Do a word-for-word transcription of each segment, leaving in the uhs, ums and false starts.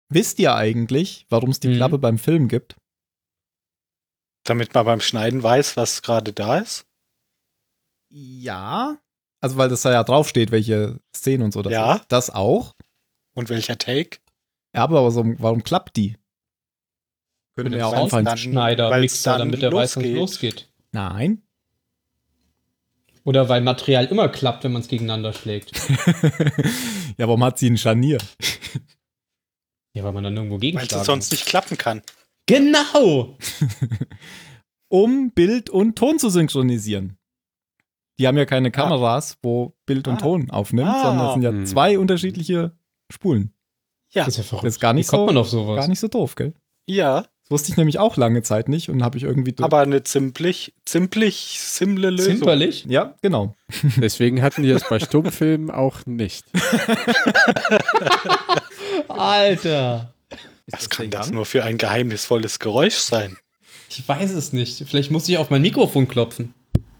Wisst ihr eigentlich, warum es die Mhm. Klappe beim Film gibt? Damit man beim Schneiden weiß, was gerade da ist. Ja. Also, weil das da ja draufsteht, welche Szenen und so das Ja. ist. Das auch. Und welcher Take? Ja, aber warum, warum klappt die? Können wir ja auch Weil's anfangen. dann- Soundschneider, weil's Mixer, dann damit er weiß, wann es losgeht. losgeht. Nein. Oder weil Material immer klappt, wenn man es gegeneinander schlägt. Ja, warum hat sie ein Scharnier? Ja, weil man dann irgendwo Weil gegenschlagen es sonst nicht klappen kann. Genau! Um Bild und Ton zu synchronisieren. Die haben ja keine Kameras, wo Bild und Ah. Ton aufnimmt, Ah. sondern das sind ja Hm. zwei unterschiedliche Spulen. Ja. Das ist ja verrückt. Das ist gar nicht Wie kommt so- man auf sowas? Gar nicht so doof, gell? Ja, Das wusste ich nämlich auch lange Zeit nicht und habe ich irgendwie durch- aber eine ziemlich, ziemlich simple Lösung. Zimperlich? Ja, genau. Deswegen hatten die das bei Stummfilmen auch nicht. Alter! Was kann das nur für ein geheimnisvolles Geräusch sein? Ich weiß es nicht. Vielleicht muss ich auf mein Mikrofon klopfen.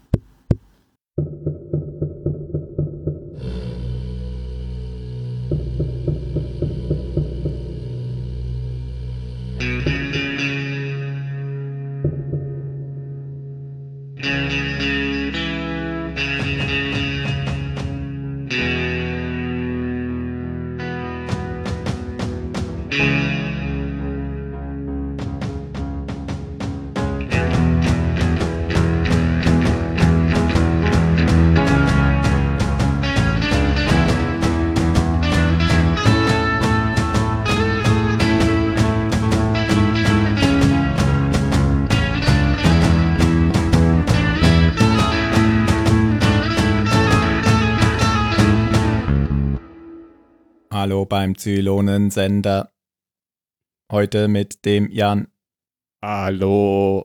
Hallo beim Zylonensender. Heute mit dem Jan. Hallo.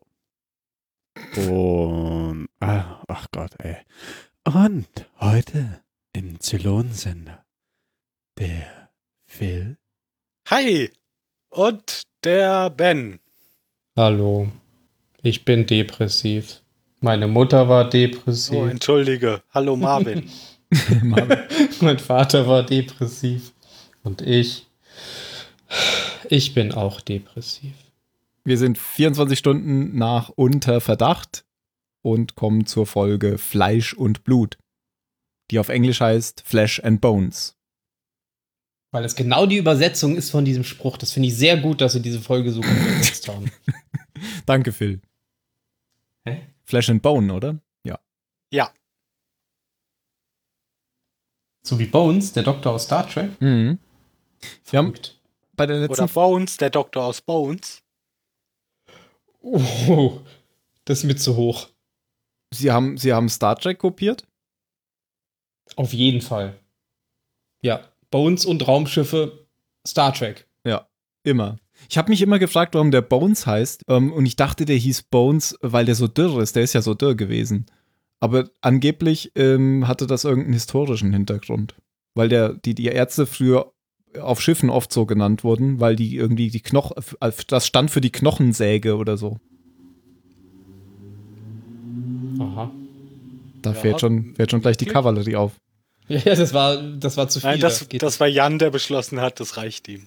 Und, ah, ach Gott, ey. Und heute im Zylonensender der Phil. Hi! Und der Ben. Hallo. Ich bin depressiv. Meine Mutter war depressiv. Oh, entschuldige. Hallo Marvin. Mein Vater war depressiv. Und ich. Ich bin auch depressiv. Wir sind vierundzwanzig Stunden nach Unter Verdacht und kommen zur Folge Fleisch und Blut, die auf Englisch heißt Flesh and Bones. Weil es genau die Übersetzung ist von diesem Spruch. Das finde ich sehr gut, dass sie diese Folge so gut übersetzt haben. Danke, Phil. Hä? Flesh and Bone, oder? Ja. Ja. So wie Bones, der Doktor aus Star Trek. Mhm. Wir haben Verrückt. bei der letzten Oder Bones, der Doktor aus Bones. Oh, das ist mir zu hoch. Sie haben, Sie haben Star Trek kopiert? Auf jeden Fall. Ja, Bones und Raumschiffe, Star Trek. Ja, immer. Ich habe mich immer gefragt, warum der Bones heißt. Ähm, und ich dachte, der hieß Bones, weil der so dürr ist. Der ist ja so dürr gewesen. Aber angeblich ähm, hatte das irgendeinen historischen Hintergrund. Weil der, die, die Ärzte früher auf Schiffen oft so genannt wurden, weil die irgendwie die Knochen, das stand für die Knochensäge oder so. Aha. Da Ja, fährt, schon, fährt schon gleich die wirklich? Kavallerie auf. Ja, ja, das war, das war zu viel. Nein, das, geht das war Jan, der beschlossen hat, das reicht ihm.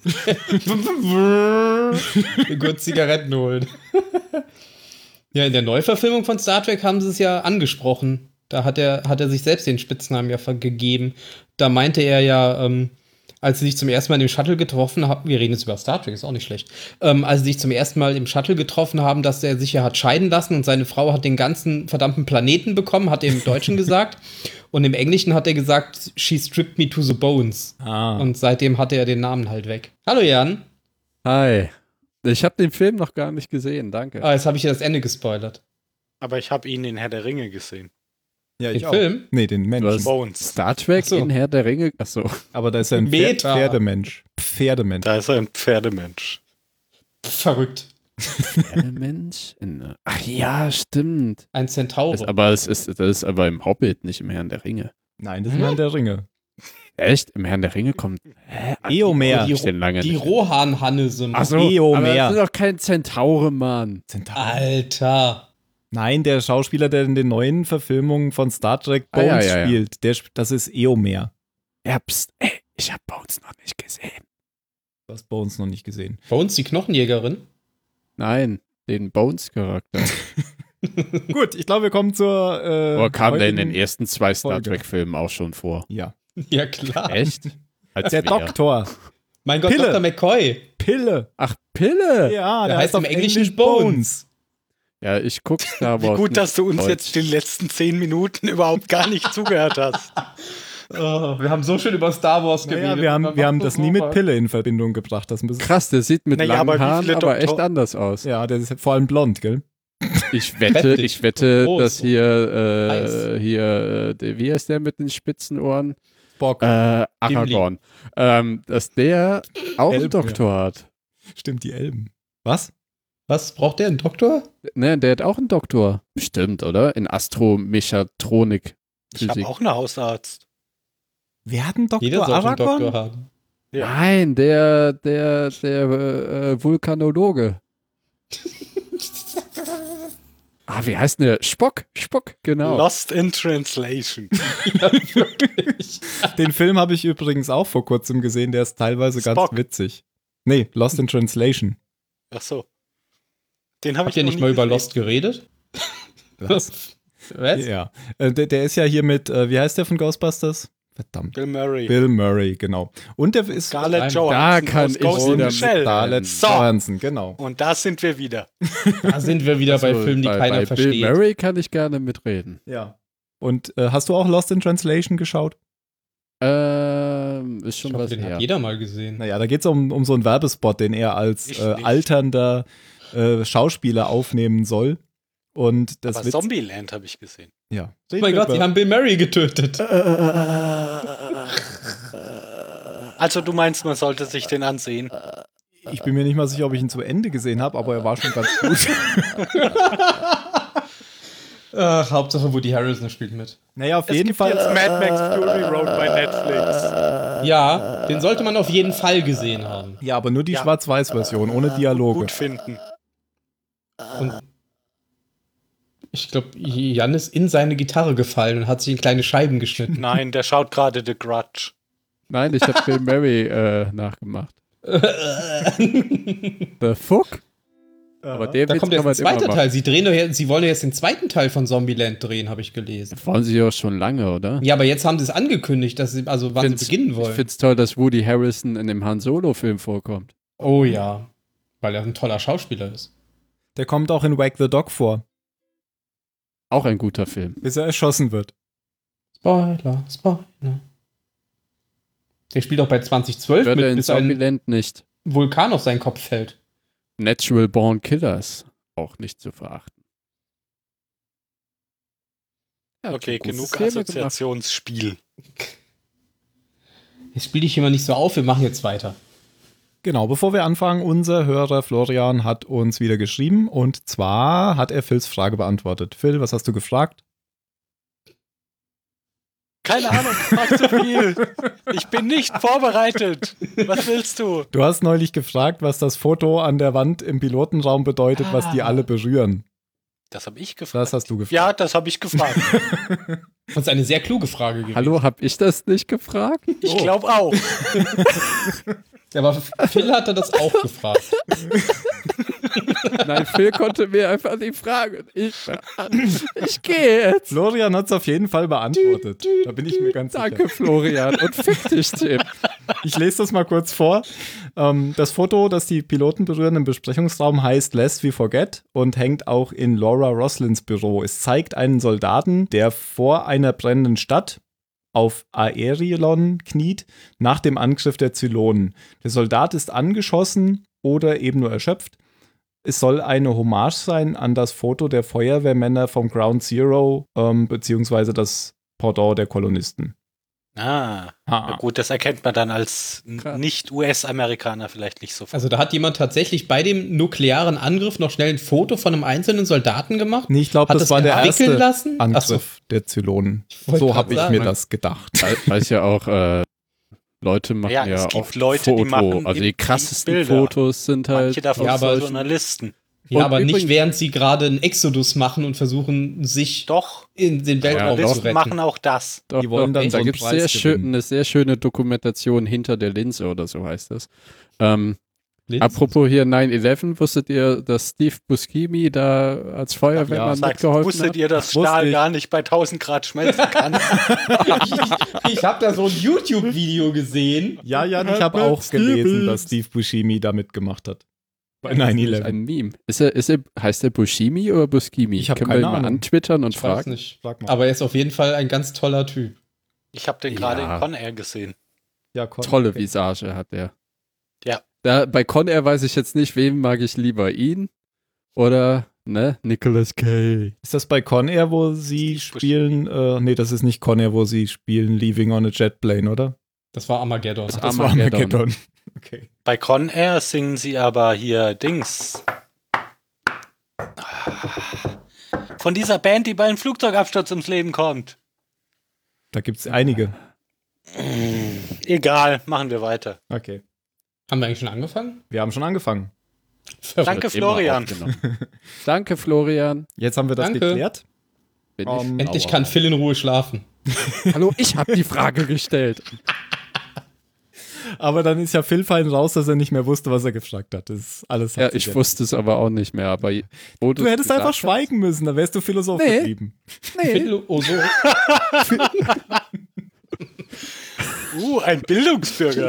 Wir kurz Zigaretten holen. Ja, in der Neuverfilmung von Star Trek haben sie es ja angesprochen. Da hat er, hat er sich selbst den Spitznamen ja ver- gegeben. Da meinte er ja, ähm, als sie sich zum ersten Mal im Shuttle getroffen haben, wir reden jetzt über Star Trek, ist auch nicht schlecht, ähm, als sie sich zum ersten Mal im Shuttle getroffen haben, dass er sich ja hat scheiden lassen und seine Frau hat den ganzen verdammten Planeten bekommen, hat er im Deutschen gesagt. Und im Englischen hat er gesagt, she stripped me to the bones. Ah. Und seitdem hatte er den Namen halt weg. Hallo Jan. Hi. Ich habe den Film noch gar nicht gesehen, danke. Ah, jetzt habe ich dir das Ende gespoilert. Aber ich habe ihn in Herr der Ringe gesehen. Ja, Den Film? Nee, den Menschen. Was? Bones. Star Trek Ach so. in Herr der Ringe. Achso. Aber da ist er ein Pferd, Meta. Pferdemensch. Pferdemensch. Da ist er ein Pferdemensch. Verrückt. Mensch. In, ach ja, stimmt. Ein Centauro. Das, aber es ist, das ist aber im Hobbit, nicht im Herrn der Ringe. Nein, das ist Herr der Ringe. Echt? Im Herrn der Ringe kommt. Hä? Eomer. Hab ich den lange Die nicht. Rohan-Hanne sind. Achso, Eomer. aber das ist doch kein Zentaure, Mann. Centaur. Alter. Nein, der Schauspieler, der in den neuen Verfilmungen von Star Trek Ah, ja, Bones ja, ja. spielt, der, sp- das ist Eomer. Ja, pst, ey, ich hab Bones noch nicht gesehen. Du hast Bones noch nicht gesehen. Bei uns die Knochenjägerin. Nein, den Bones-Charakter. Gut, ich glaube, wir kommen zur. Äh, Oder kam der in heutigen- den ersten zwei Star Folge. Trek-Filmen auch schon vor? Ja. Ja, klar. Echt? Als Der wer? Doktor. Mein Gott, Pille. Doktor McCoy. Pille. Ach, Pille! Ja, Ja, Der heißt auf im Englischen Englisch Bones. ich guck Star Wie Wars gut, nicht dass du uns Deutsch. jetzt die letzten zehn Minuten überhaupt gar nicht zugehört hast. Oh, wir haben so schön über Star Wars Naja, geredet. wir haben, Man wir haben macht das so nie mit was. Pille in Verbindung gebracht. Das müssen, Krass, der sieht mit Naja, langen aber wie Haaren viele aber Doktor- echt anders aus. ja, der ist vor allem blond, gell? Ich wette, Kräftig. ich wette, Groß. dass hier, äh, Heiß. hier, äh, der, wie heißt der mit den spitzen Ohren? Spock. Äh, Aragorn. Ähm, dass der auch einen Elben, Doktor hat. Stimmt, die Elben. Was? Was, braucht der einen Doktor? Ne, der hat auch einen Doktor. Bestimmt, oder? In Astromechatronik. Ich habe Physik. auch einen Hausarzt. Wer hat einen Doktor Jeder sollte einen Aragorn? Doktor haben. Ja. Nein, der, der, der äh, Vulkanologe. Ah, wie heißt denn der? Spock, Spock, genau. Lost in Translation. Ja, wirklich. Den Film habe ich übrigens auch vor kurzem gesehen. Der ist teilweise Spock. ganz witzig. Nee, Lost in Translation. Ach so. Den habe ich Habt ihr noch nicht nie mal über gesehen. Lost geredet? Was? Was? Ja. Äh, der, der ist ja hier mit, äh, wie heißt der von Ghostbusters? Verdammt. Bill Murray. Bill Murray, genau. Und der ist Scarlett Da Johansson. kann aus ich Ghost in wieder the Shell. Scarlett So. Johansson, genau. Und da sind wir wieder. Da sind wir wieder bei Also, Filmen, die bei, keiner bei versteht. Bill Murray kann ich gerne mitreden. Ja. Und äh, hast du auch Lost in Translation geschaut? Ähm, ist Ich schon hoffe, was den her. hat jeder mal gesehen. Naja, da geht es um, um so einen Werbespot, den er als Ich äh, nicht. alternder äh, Schauspieler aufnehmen soll. Und das Aber Witz, Zombieland habe ich gesehen. ja. Oh mein Gott, die haben Bill Murray getötet. Also du meinst, man sollte sich den ansehen? Ich bin mir nicht mal sicher, ob ich ihn zu Ende gesehen habe, aber er war schon ganz gut. Ach, Hauptsache Woody Harrelson spielt mit. Naja, auf Es jeden gibt Fall. jetzt Mad Max Fury Road bei Netflix. Ja, den sollte man auf jeden Fall gesehen haben. Ja, aber nur die Ja. Schwarz-Weiß-Version, ohne Dialoge. Gut finden. Und ich glaube, Jan ist in seine Gitarre gefallen und hat sich in kleine Scheiben geschnitten. Nein, der schaut gerade The Grudge. Nein, ich habe Bill Murray äh, nachgemacht. The fuck? Aber der Da Witz kommt kann jetzt ein man immer zweiter machen. Teil. Sie drehen doch jetzt, sie wollen doch jetzt den zweiten Teil von Zombieland drehen, habe ich gelesen. Wollen sie ja schon lange, oder? Ja, aber jetzt haben sie es angekündigt, dass sie, also wann sie Find's- beginnen Ich wollen. finde es toll, dass Woody Harrelson in dem Han Solo-Film vorkommt. Oh ja, weil er ein toller Schauspieler ist. Der kommt auch in Wag the Dog vor, Auch ein guter Film. bis er erschossen wird. Spoiler, Spoiler. Der spielt auch bei zwanzig zwölf Hört er mit, in bis ein Zombieland nicht. Vulkan auf seinen Kopf fällt. Natural Born Killers. Auch nicht zu verachten. Ja, Okay, großes genug Thema gemacht. Assoziationsspiel. Jetzt spiele ich immer nicht so auf, wir machen jetzt weiter. Genau, bevor wir anfangen, unser Hörer Florian hat uns wieder geschrieben und zwar hat er Phils Frage beantwortet. Phil, was hast du gefragt? Keine Ahnung, frag zu viel. Ich bin nicht vorbereitet. Was willst du? Du hast neulich gefragt, was das Foto an der Wand im Pilotenraum bedeutet, was die Ah. alle berühren. Das habe ich gefragt. Das hast du gefragt. Ja, das habe ich gefragt. Das ist eine sehr kluge Frage gewesen. Hallo, hab ich das nicht gefragt? Ich glaube auch. Ja, aber Phil hatte das auch gefragt. Nein, Phil konnte mir einfach die Frage. Ich, ich gehe jetzt. Florian hat es auf jeden Fall beantwortet. Da bin ich mir ganz Danke, sicher. Florian. Und fick dich, Tim. Ich lese das mal kurz vor. Ähm, das Foto, das die Piloten berühren im Besprechungsraum, heißt Lest We Forget und hängt auch in Laura Roslins Büro. Es zeigt einen Soldaten, der vor einer brennenden Stadt auf Aerion kniet, nach dem Angriff der Zylonen. Der Soldat ist angeschossen oder eben nur erschöpft. Es soll eine Hommage sein an das Foto der Feuerwehrmänner vom Ground Zero, ähm, beziehungsweise das Pendant der Kolonisten. Ah, Ha. na gut, das erkennt man dann als Krass. Nicht-U S-Amerikaner vielleicht nicht so. Also da hat jemand tatsächlich bei dem nuklearen Angriff noch schnell ein Foto von einem einzelnen Soldaten gemacht. Nee, ich glaube, Hat das, das war der abwickeln erste lassen? Ach so. Angriff der Zylonen. wollte So grad habe ich sagen, mir man- das gedacht. Weil, weil es ja auch äh, Leute machen Ja, ja, es gibt oft Leute, die Foto. machen also im die krassesten Bilder. Fotos sind halt Manche davon Ja, sind aber- Journalisten. Ja, Und aber übrigens- nicht während sie gerade einen Exodus machen und versuchen, sich Doch, in den Weltraum Ja, zu Journalisten retten. machen auch das. Doch, Die wollen doch, dann da so einen gibt es Preis sehr schön, gewinnen. eine sehr schöne Dokumentation hinter der Linse oder so heißt das. Ähm, Linz? apropos hier neun elf, wusstet ihr, dass Steve Buscemi da als Feuerwehrmann Das heißt, mitgeholfen wusstet hat? ihr, dass Wusste Stahl ich. gar nicht bei tausend Grad schmelzen kann? ich ich habe da so ein YouTube-Video gesehen. Ja, Jan, ich habe auch gelesen, dass Steve Buscemi da mitgemacht hat. Bei Das neun ist elf. ein Meme. Ist er, ist er, heißt er Bushimi oder Buskimi? Ich hab Können keine wir ihn mal Ahnung. antwittern und Ich weiß fragen? nicht. Sag mal. Aber er ist auf jeden Fall ein ganz toller Typ. Ich habe den Ja. gerade in Con Air gesehen. Ja, komm. Tolle Visage hat er. Ja. Da, bei Con Air weiß ich jetzt nicht, wen mag ich lieber, ihn oder ne, Nicolas Cage. Ist das bei Con Air, wo sie Steve spielen? Äh, nee, das ist nicht Con Air, wo sie spielen Leaving on a Jet Plane, oder? Das war Armageddon. Das Das Armageddon. war Armageddon. Okay. Bei Con Air singen sie aber hier Dings. Von dieser Band, die bei einem Flugzeugabsturz ums Leben kommt. Da gibt es einige. Egal, machen wir weiter. Okay. Haben wir eigentlich schon angefangen? Wir haben schon angefangen. Danke, Wird immer Florian. aufgenommen. Danke, Florian. Jetzt haben wir das Danke. geklärt. Bin Um, ich Endlich sauer. kann Phil in Ruhe schlafen. Hallo, ich habe die Frage gestellt. Aber dann ist ja Phil fein raus, dass er nicht mehr wusste, was er gefragt hat. Das ist alles. Ja, hat sich ich jetzt- wusste es aber auch nicht mehr. Aber wo Du hättest gesagt einfach hast- schweigen müssen, dann wärst du Philosoph Nee. geblieben. Phil, oh so. Uh, ein Bildungsbürger.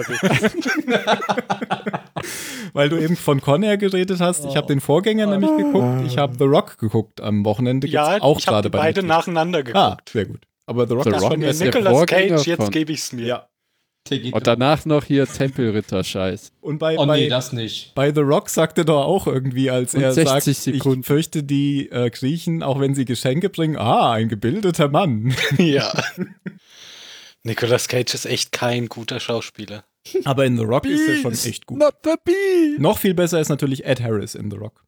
Weil du eben von Con Air geredet hast. Ich habe den Vorgänger nämlich geguckt. Ich habe The Rock geguckt am Wochenende. Gibt's Ja, auch ich habe gerade die bei beide Netflix. nacheinander Ah, geguckt. sehr gut. Aber The Rock The ist Rock schon Von ist mir der Nicolas Vorgänger Cage, jetzt von- gebe ich's mir. Ja. Der geht Und danach noch hier Tempelritter-Scheiß. Und bei, Oh bei, nee, das nicht. bei The Rock sagt er doch auch irgendwie, als Und er sagt, sechzig Sekunden. ich fürchte die äh, Griechen, auch wenn sie Geschenke bringen, ah, ein gebildeter Mann. Ja. Nicolas Cage ist echt kein guter Schauspieler. Aber in The Rock ist er schon echt gut. Not the bee. Noch viel besser ist natürlich Ed Harris in The Rock.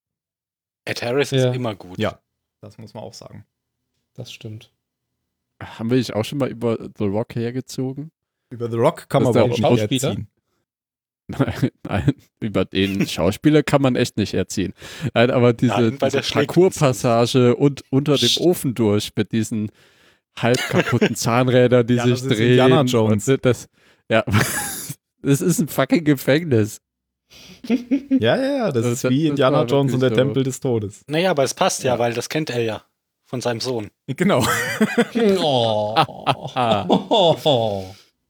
Ed Harris Ja. ist immer gut. Ja. Das muss man auch sagen. Das stimmt. Haben wir dich auch schon mal über The Rock hergezogen? Über The Rock kann man Ist der überhaupt nicht Schauspieler? herziehen. Nein, nein, über den Schauspieler kann man echt nicht erziehen. Nein, aber diese, Nein, weil diese der schlägt Parcours-Passage und unter dem Psst. Ofen durch mit diesen halb kaputten Zahnrädern, die Ja, sich das ist drehen. Indiana Jones. Und das, ja, das ist ein fucking Gefängnis. Ja, ja, ja. Das, Das- ist wie das Indiana war Jones und der wirklich so. Tempel des Todes. Naja, aber es passt ja, Ja. weil das kennt er ja von seinem Sohn. Genau. Oh. oh.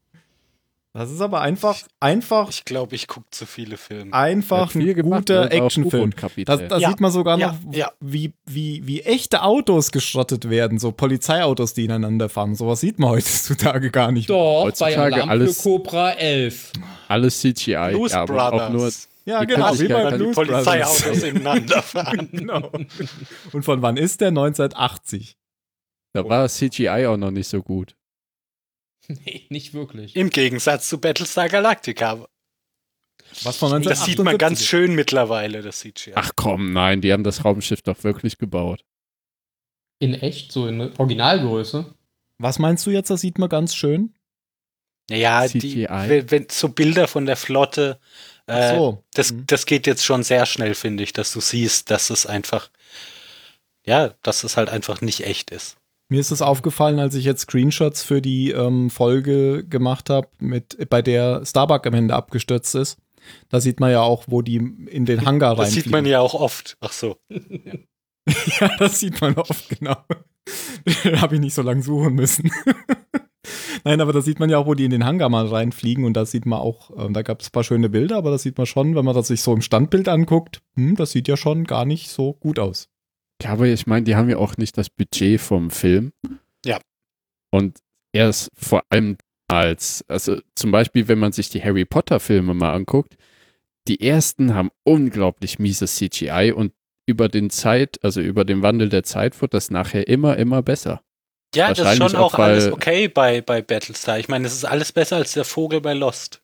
Das ist aber einfach, einfach, Ich glaube, ich gucke zu viele Filme. einfach Hat viel ein gemacht, guter ne? War auch Actionfilm. U-Boot-Kapitän. Da, da Ja, sieht man sogar ja, noch, ja. Wie, wie, wie echte Autos geschrottet werden, so Polizeiautos, die ineinander fahren. Sowas sieht man heutzutage gar nicht. Doch, bei Heutzutage Alarm alles- für Cobra elf. Alles C G I. Blues ja, aber auch nur, Brothers. Ja, Die genau, kann wie sich bei ja Weil die Blues Polizeiautos Brothers. ineinander fahren. Genau. Und von wann ist der? neunzehnhundert-achtzig. da war C G I auch noch nicht so gut. Nee, nicht wirklich. Im Gegensatz zu Battlestar Galactica. Was von Das neunzehnhundertachtundsiebzig? sieht man ganz schön mittlerweile, das C G I. Ach komm, nein, die haben das Raumschiff doch wirklich gebaut. In echt, so in Originalgröße. Was meinst du jetzt, das sieht man ganz schön? Naja, C die, G I. wenn, wenn so Bilder von der Flotte, äh, Ach so. das, Mhm. das geht jetzt schon sehr schnell, finde ich, dass du siehst, dass es einfach, ja, dass es halt einfach nicht echt ist. Mir ist es aufgefallen, als ich jetzt Screenshots für die ähm, Folge gemacht habe, mit bei der Starbuck am Ende abgestürzt ist. Da sieht man ja auch, wo die in den Hangar Das reinfliegen. sieht man ja auch oft. Ach so. Ja, das sieht man oft, genau. Da habe ich nicht so lange suchen müssen. Nein, aber da sieht man ja auch, wo die in den Hangar mal reinfliegen und da sieht man auch, ähm, da gab es ein paar schöne Bilder, aber das sieht man schon, wenn man das sich so im Standbild anguckt, hm, das sieht ja schon gar nicht so gut aus. Ja, aber ich meine, die haben ja auch nicht das Budget vom Film. Ja. Und erst vor allem als, also zum Beispiel, wenn man sich die Harry Potter-Filme mal anguckt, die ersten haben unglaublich mieses C G I und über den Zeit, also über den Wandel der Zeit wird das nachher immer, immer besser. Ja, das ist Wahrscheinlich schon auch, auch, weil- alles okay bei, bei Battlestar. Ich meine, es ist alles besser als der Vogel bei Lost.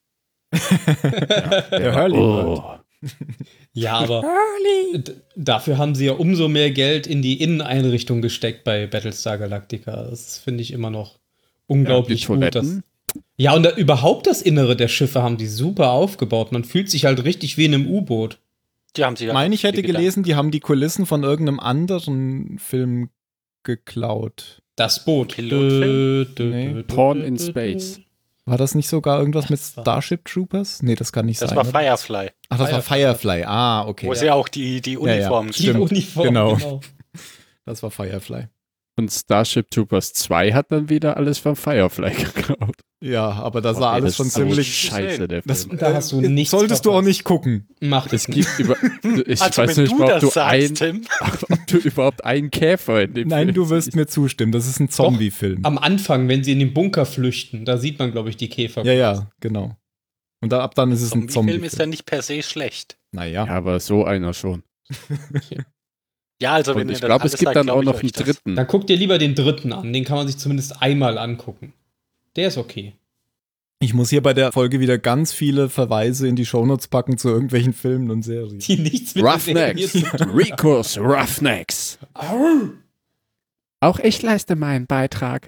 Der Hurley. Oh. Ja, aber d- dafür haben sie ja umso mehr Geld in die Inneneinrichtung gesteckt bei Battlestar Galactica. Das finde ich immer noch Die unglaublich gut. Dass, Toiletten. ja, und da, überhaupt das Innere der Schiffe haben die super aufgebaut. Man fühlt sich halt richtig wie in einem U-Boot. Die haben sie Ich meine, ich hätte gedacht. gelesen, die haben die Kulissen von irgendeinem anderen Film geklaut. Das Boot. Pilotfilm? Dö, dö, Nee. dö, dö, Porn dö, in dö, Space. dö. War das nicht sogar irgendwas mit Das war- Starship Troopers? Nee, das kann nicht Das sein. war oder? Firefly, Ach, das war Firefly. Ah, okay. wo sie auch die, die ja. Uniformen Die Stimmt. Uniform, Genau. genau. Das war Firefly. Und Starship Troopers zwei hat dann wieder alles von Firefly geklaut. Ja, aber da sah Okay, alles das schon ist so ziemlich. scheiße, der Film. Das, Da hast du äh, nichts Solltest du auch verpasst. nicht gucken. Mach Es das nicht. gibt über. Ich Also weiß wenn nicht du mal, ob das du, sagst, ein, Tim. ob du überhaupt einen Käfer in dem Nein, Film du wirst siehst. mir zustimmen. Das ist ein Zombie-Film. Am Anfang, wenn sie in den Bunker flüchten, da sieht man, glaube ich, die Käfer. Ja, ja, genau. Und da, ab dann ist es ein Zombie-Film ist ja Zombie-Film. nicht per se schlecht. Naja. Ja, aber so einer schon. Ja, also wenn Und ihr ich das glaube, es alles gibt sagt, dann glaub auch ich noch euch einen das. dritten. Dann guck dir lieber den dritten an. Den kann man sich zumindest einmal angucken. Der ist okay. Ich muss hier bei der Folge wieder ganz viele Verweise in die Shownotes packen zu irgendwelchen Filmen und Serien. Die nichts mit der Serie Roughnecks. zu tun. Ricos Roughnecks. Auch ich leiste meinen Beitrag.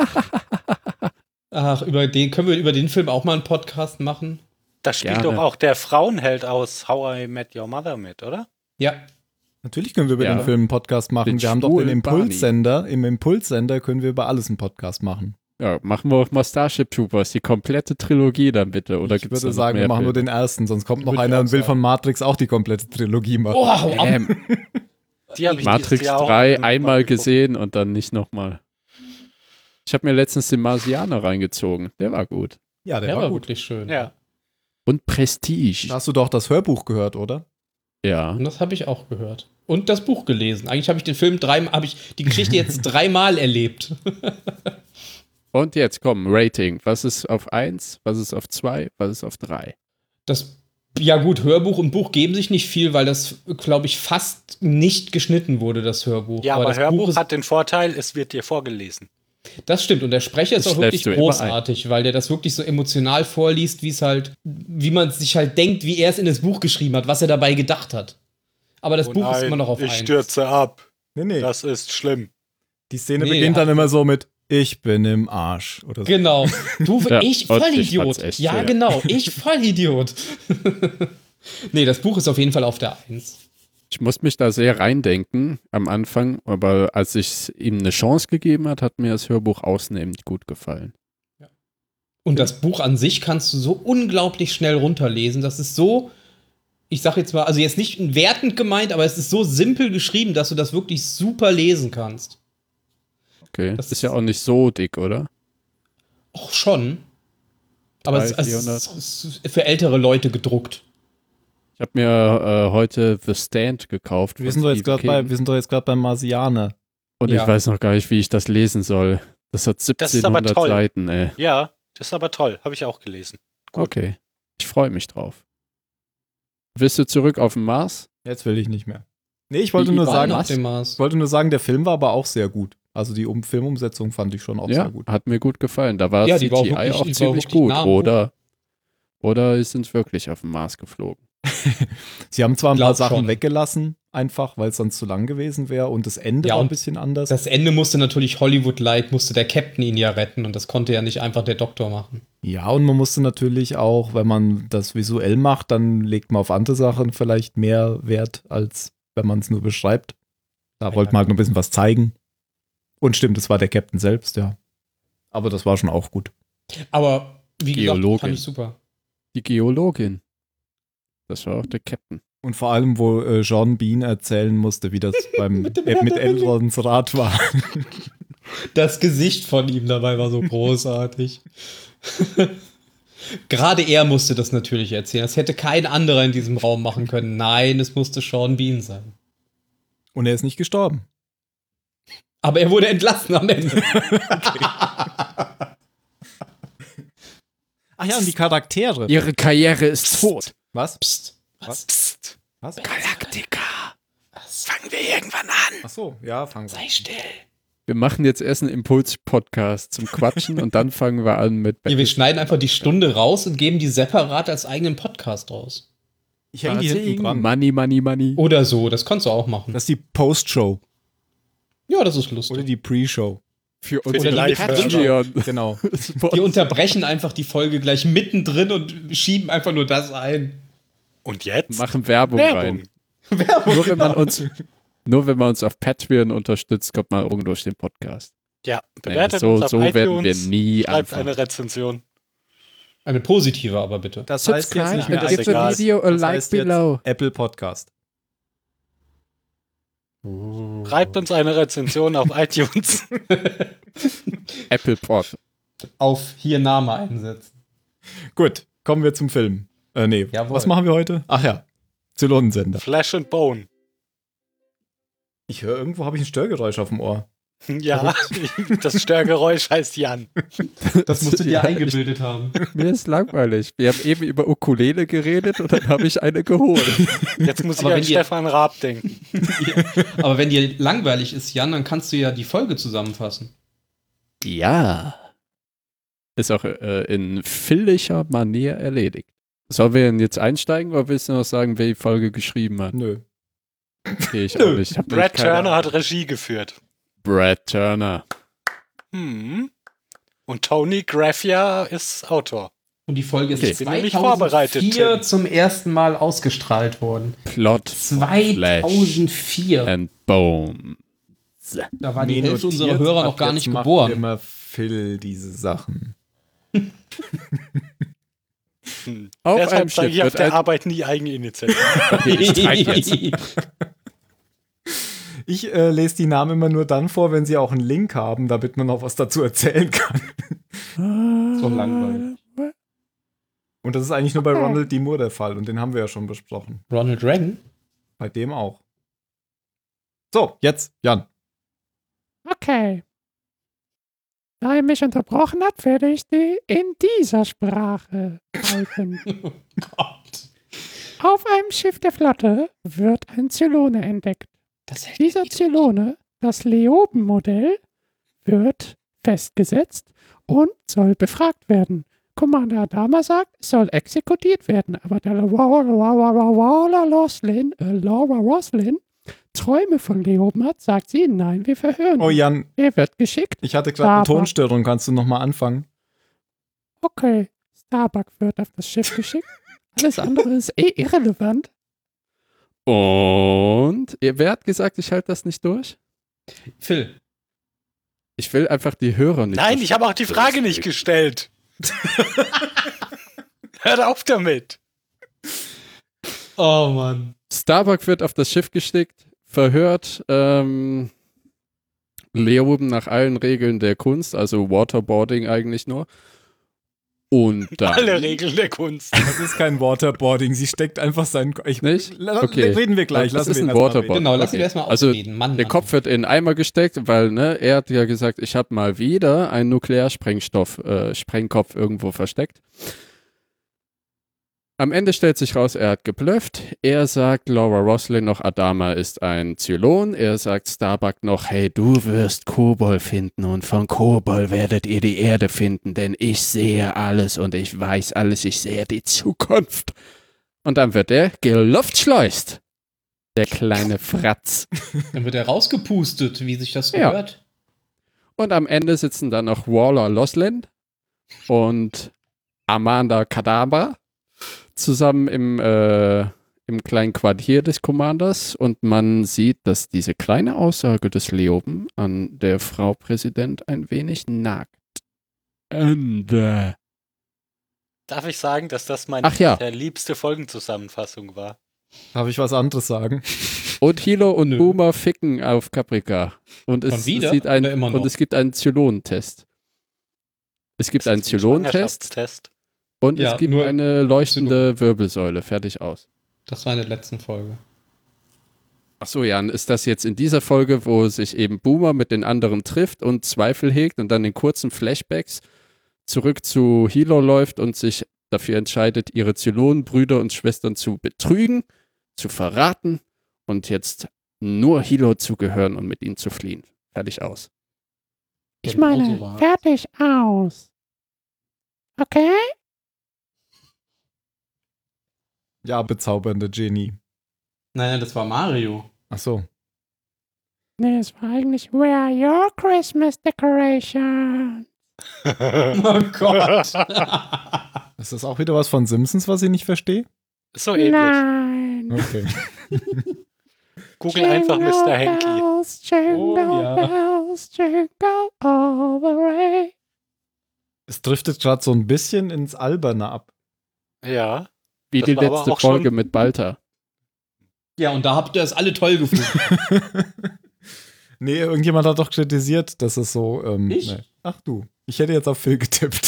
Ach, über den können wir über den Film auch mal einen Podcast machen? Da spielt Gerne. doch auch der Frauenheld aus How I Met Your Mother mit, oder? Ja. Natürlich können wir über Ja. den Film einen Podcast machen. Den wir haben doch den schwulen Impulssender. Im Impulssender können wir über alles einen Podcast machen. Ja, machen wir auch mal Starship Troopers, die komplette Trilogie dann bitte. Oder ich gibt's da würde noch sagen, wir mehr machen nur Filme? den ersten, sonst kommt noch Würde ich einer auch und will sagen. von Matrix auch die komplette Trilogie machen. Oh, hau ab. Ähm, Die hab ich Matrix dieses Jahr auch drei irgendwann einmal geguckt. gesehen und dann nicht nochmal. Ich habe mir letztens den Marsianer reingezogen. Der war gut. Ja, der, Der war war gut. wirklich schön. Ja. Und Prestige. Da hast du doch das Hörbuch gehört, oder? Ja. Und das habe ich auch gehört. Und das Buch gelesen. Eigentlich habe ich den Film dreimal, habe ich die Geschichte jetzt dreimal erlebt. Und jetzt komm, Rating. Was ist auf eins? Was ist auf zwei? Was ist auf drei? Das, ja gut, Hörbuch und Buch geben sich nicht viel, weil das, glaube ich, fast nicht geschnitten wurde, das Hörbuch. Ja, aber das Hörbuch Buch ist, hat den Vorteil, es wird dir vorgelesen. das stimmt. Und der Sprecher ist Das auch wirklich schläfst du immer großartig, weil der das wirklich so emotional vorliest, wie es halt, wie man sich halt denkt, wie er es in das Buch geschrieben hat, was er dabei gedacht hat. Aber das Oh Buch ist nein, immer noch auf ich eins. stürze ab. Nee, nee. Das ist schlimm. Die Szene Nee, beginnt ja. dann immer so mit Ich bin im Arsch. Oder so. Genau. Du, Ja, ich und ich Vollidiot. fand's echt Ja, schwer. genau. Ich Vollidiot. Nee, das Buch ist auf jeden Fall auf der Eins. Ich muss mich da sehr reindenken am Anfang, aber als ich ihm eine Chance gegeben hat, hat mir das Hörbuch ausnehmend gut gefallen. Und das Buch an sich kannst du so unglaublich schnell runterlesen. Das ist so, ich sag jetzt mal, also jetzt nicht wertend gemeint, aber es ist so simpel geschrieben, dass du das wirklich super lesen kannst. Okay. Das Das ist ja auch nicht so dick, oder? Auch schon. Aber es, dreihundert, es, es ist für ältere Leute gedruckt. Ich habe mir äh, heute The Stand gekauft. Wir von sind doch jetzt Stephen gerade bei, King. wir sind doch jetzt gerade beim Marsianer. Und Ja. ich weiß noch gar nicht, wie ich das lesen soll. Das hat Das ist aber siebzehnhundert toll. Seiten, ey. Ja, das ist aber toll. Habe ich auch gelesen. Gut. Okay. Ich freue mich drauf. Willst du zurück auf den Mars? Jetzt will ich nicht mehr. Nee, ich wollte Wie nur war sagen, Nach was? dem Mars. ich wollte nur sagen, der Film war aber auch sehr gut. Also die um Filmumsetzung fand ich schon auch Ja, sehr gut. hat mir gut gefallen. Da war Ja, die C war auch G I wirklich- auch, die war ziemlich wirklich gut. nah am Oder, oder sind wirklich auf den Mars geflogen. Sie haben zwar ein paar Glaub Sachen schon. weggelassen, einfach, weil es sonst zu lang gewesen wäre. Und das Ende Ja, war ein und bisschen anders. Das Ende musste natürlich Hollywood Light, musste der Captain ihn ja retten und das konnte ja nicht einfach der Doktor machen. Ja, und man musste natürlich auch, wenn man das visuell macht, dann legt man auf andere Sachen vielleicht mehr Wert, als wenn man es nur beschreibt. Da Ja, wollte man halt noch ein bisschen was zeigen. Und stimmt, es war der Captain selbst, ja. Aber das war schon auch gut. Aber wie gesagt, Geologin. fand ich super. Die Geologin. Das war auch der Captain. Und vor allem, wo äh, Sean Bean erzählen musste, wie das beim Mit dem äh, mit Herr der Ringe. Elrons Rat war. Das Gesicht von ihm dabei war so großartig. Gerade er musste das natürlich erzählen. Das hätte kein anderer in diesem Raum machen können. Nein, es musste Sean Bean sein. Und er ist nicht gestorben. Aber er wurde entlassen am Ende. Ach ja, und die Charaktere. Ihre Karriere ist tot. Was? Psst. Was? Psst. Was? Galactica. Fangen wir irgendwann an. Ach so, ja, fangen wir. Sei still. Wir machen jetzt erst einen Impuls-Podcast zum Quatschen und dann fangen wir an mit Ja, wir schneiden einfach die Stunde raus und geben die separat als eigenen Podcast raus. Ich hänge die hinten dran. Money, money, money. Oder so, das kannst du auch machen. Das ist die Post-Show Ja, das ist oder lustig. die Pre-Show. Für die unsere Live-Hörer. Patreon. Genau. Die unterbrechen einfach die Folge gleich mittendrin und schieben einfach nur das ein. Und jetzt? Machen Werbung, Werbung. rein. Werbung, Nur wenn man genau. uns, nur wenn man uns auf Patreon unterstützt, kommt man irgendwo durch den Podcast. Ja, Nee, bewertet so uns auf so werden wir iTunes, nie schreibt anfangen. eine Rezension. Eine positive aber bitte. Das heißt jetzt nicht mehr and give the iTunes, video a das like heißt jetzt below. Apple Podcast. Schreibt uns eine Rezension auf iTunes. Apple Pod. Auf hier Name einsetzen. Gut, kommen wir zum Film. Äh, nee, Jawohl. was machen wir heute? Ach ja, Zylonensender. Flesh and Bone. Ich höre, irgendwo habe ich ein Störgeräusch auf dem Ohr. Ja, das Störgeräusch heißt Jan. Das musst du dir Ja, eingebildet haben. Mir ist langweilig. Wir haben eben über Ukulele geredet und dann habe ich eine geholt. Jetzt muss ich Aber an wenn ihr- Stefan Raab denken. Aber wenn dir langweilig ist, Jan, dann kannst du ja die Folge zusammenfassen. Ja. Ist auch äh, in phillischer Manier erledigt. Sollen wir denn jetzt einsteigen oder willst du noch sagen, wer die Folge geschrieben hat? Nö. Okay, ich auch nicht. Ich hab Brad nämlich keine Turner Ahnung. hat Regie geführt. Brad Turner. Hm. Und Tony Graffia ist Autor. Und die Folge ist Okay. Ich bin nämlich vorbereitet, zweitausendvier Tim. zum ersten Mal ausgestrahlt worden. Plot zweitausendvier. and Bone. Da war die Nee, Hälfte notiert, unserer Hörer ab noch gar jetzt nicht macht geboren. immer Phil diese Sachen. Hm. Auf Deshalb einem zeige Schiff ich auf wird der ein- Arbeit nie Eigeninitiative. Okay, ich streik jetzt. Ich äh, lese die Namen immer nur dann vor, wenn sie auch einen Link haben, damit man noch was dazu erzählen kann. So langweilig. Und das ist eigentlich nur bei Ronald D. Moore der Fall und den haben wir ja schon besprochen. Ronald Reagan? Bei dem auch. So, jetzt, Jan. Okay. Da ihr mich unterbrochen habt, werde ich die in dieser Sprache halten. Oh Gott. Auf einem Schiff der Flotte wird ein Zylone entdeckt. Das hält Dieser Zylone, das Leoben-Modell, wird festgesetzt und soll befragt werden. Commander Adama sagt, es soll exekutiert werden, aber der Laura Roslin, äh, Laura Roslin Träume von Leoben hat, sagt sie, nein, wir verhören Oh ihn. Jan, Er wird geschickt. ich hatte gerade eine Aber- Tonstörung, kannst du noch mal anfangen? Okay, Starbuck wird auf das Schiff geschickt. Alles andere ist eh irrelevant. Und ihr- wer hat gesagt, ich halte das nicht durch? Phil. Ich will einfach die Hörer nicht. Nein, ich habe auch die Frage nicht gestellt. Hört auf damit. Oh Mann. Starbuck wird auf das Schiff geschickt, verhört ähm, Leoben nach allen Regeln der Kunst, also Waterboarding eigentlich nur. Und dann. Alle Regeln der Kunst. Das ist kein Waterboarding, sie steckt einfach seinen... Ich, Nicht? La- Okay. Reden wir gleich, Das lassen ist wir ihn ein erst mal Waterboard. reden. Genau, lass Okay. ihn erstmal Also, ausreden. Mann, Der Mann. Kopf wird in einen Eimer gesteckt, weil ne, er hat ja gesagt, ich habe mal wieder einen Nuklearsprengstoff, äh, Sprengkopf irgendwo versteckt. Am Ende stellt sich raus, er hat geblufft. Er sagt Laura Roslin noch, Adama ist ein Zylon. Er sagt Starbuck noch, hey, du wirst Kobol finden und von Kobol werdet ihr die Erde finden, denn ich sehe alles und ich weiß alles, ich sehe die Zukunft. Und dann wird er geluftschleust. Der kleine Fratz. Dann wird er rausgepustet, wie sich das Ja. gehört. Und am Ende sitzen dann noch Waller Loslin und Amanda Kadabra zusammen im, äh, im kleinen Quartier des Commanders und man sieht, dass diese kleine Aussage des Leoben an der Frau Präsident ein wenig nagt. Ende. Darf ich sagen, dass das meine Ach ja. der liebste Folgenzusammenfassung war? Darf ich was anderes sagen? Und Hilo und Nö. Boomer ficken auf Caprica. Und es, Schon wieder? es sieht ein, Oder immer noch? und es gibt einen Zylonentest. Es gibt einen Ist das ein Zylonentest. Schwangerschaftstest? Und Ja, es gibt nur eine leuchtende Wirbelsäule. Fertig aus. Das war in der letzten Folge. Achso, Jan, ist das jetzt in dieser Folge, wo sich eben Boomer mit den anderen trifft und Zweifel hegt und dann in kurzen Flashbacks zurück zu Hilo läuft und sich dafür entscheidet, ihre Zylonenbrüder und Schwestern zu betrügen, zu verraten und jetzt nur Hilo zu gehören und mit ihnen zu fliehen. Fertig aus. Ich Genau meine, so war's. fertig aus. Okay? Ja, bezaubernde Genie. Nein, nein, das war Mario. Ach so. Nee, es war eigentlich Where are your Christmas decorations? Oh Gott. Ist das auch wieder was von Simpsons, was ich nicht verstehe? So ähnlich. Nein. Okay. Google einfach Mister Hanky. Bells, jingle Oh, ja. bells, jingle all the way. Es driftet gerade so ein bisschen ins Alberne ab. Ja. Wie Das die war aber letzte auch schon- Folge mit Balta. Ja, und da habt ihr es alle toll gefunden. Nee, irgendjemand hat doch kritisiert, dass es so. Ähm, Ich? Nee. Ach du, ich hätte jetzt auf Phil getippt.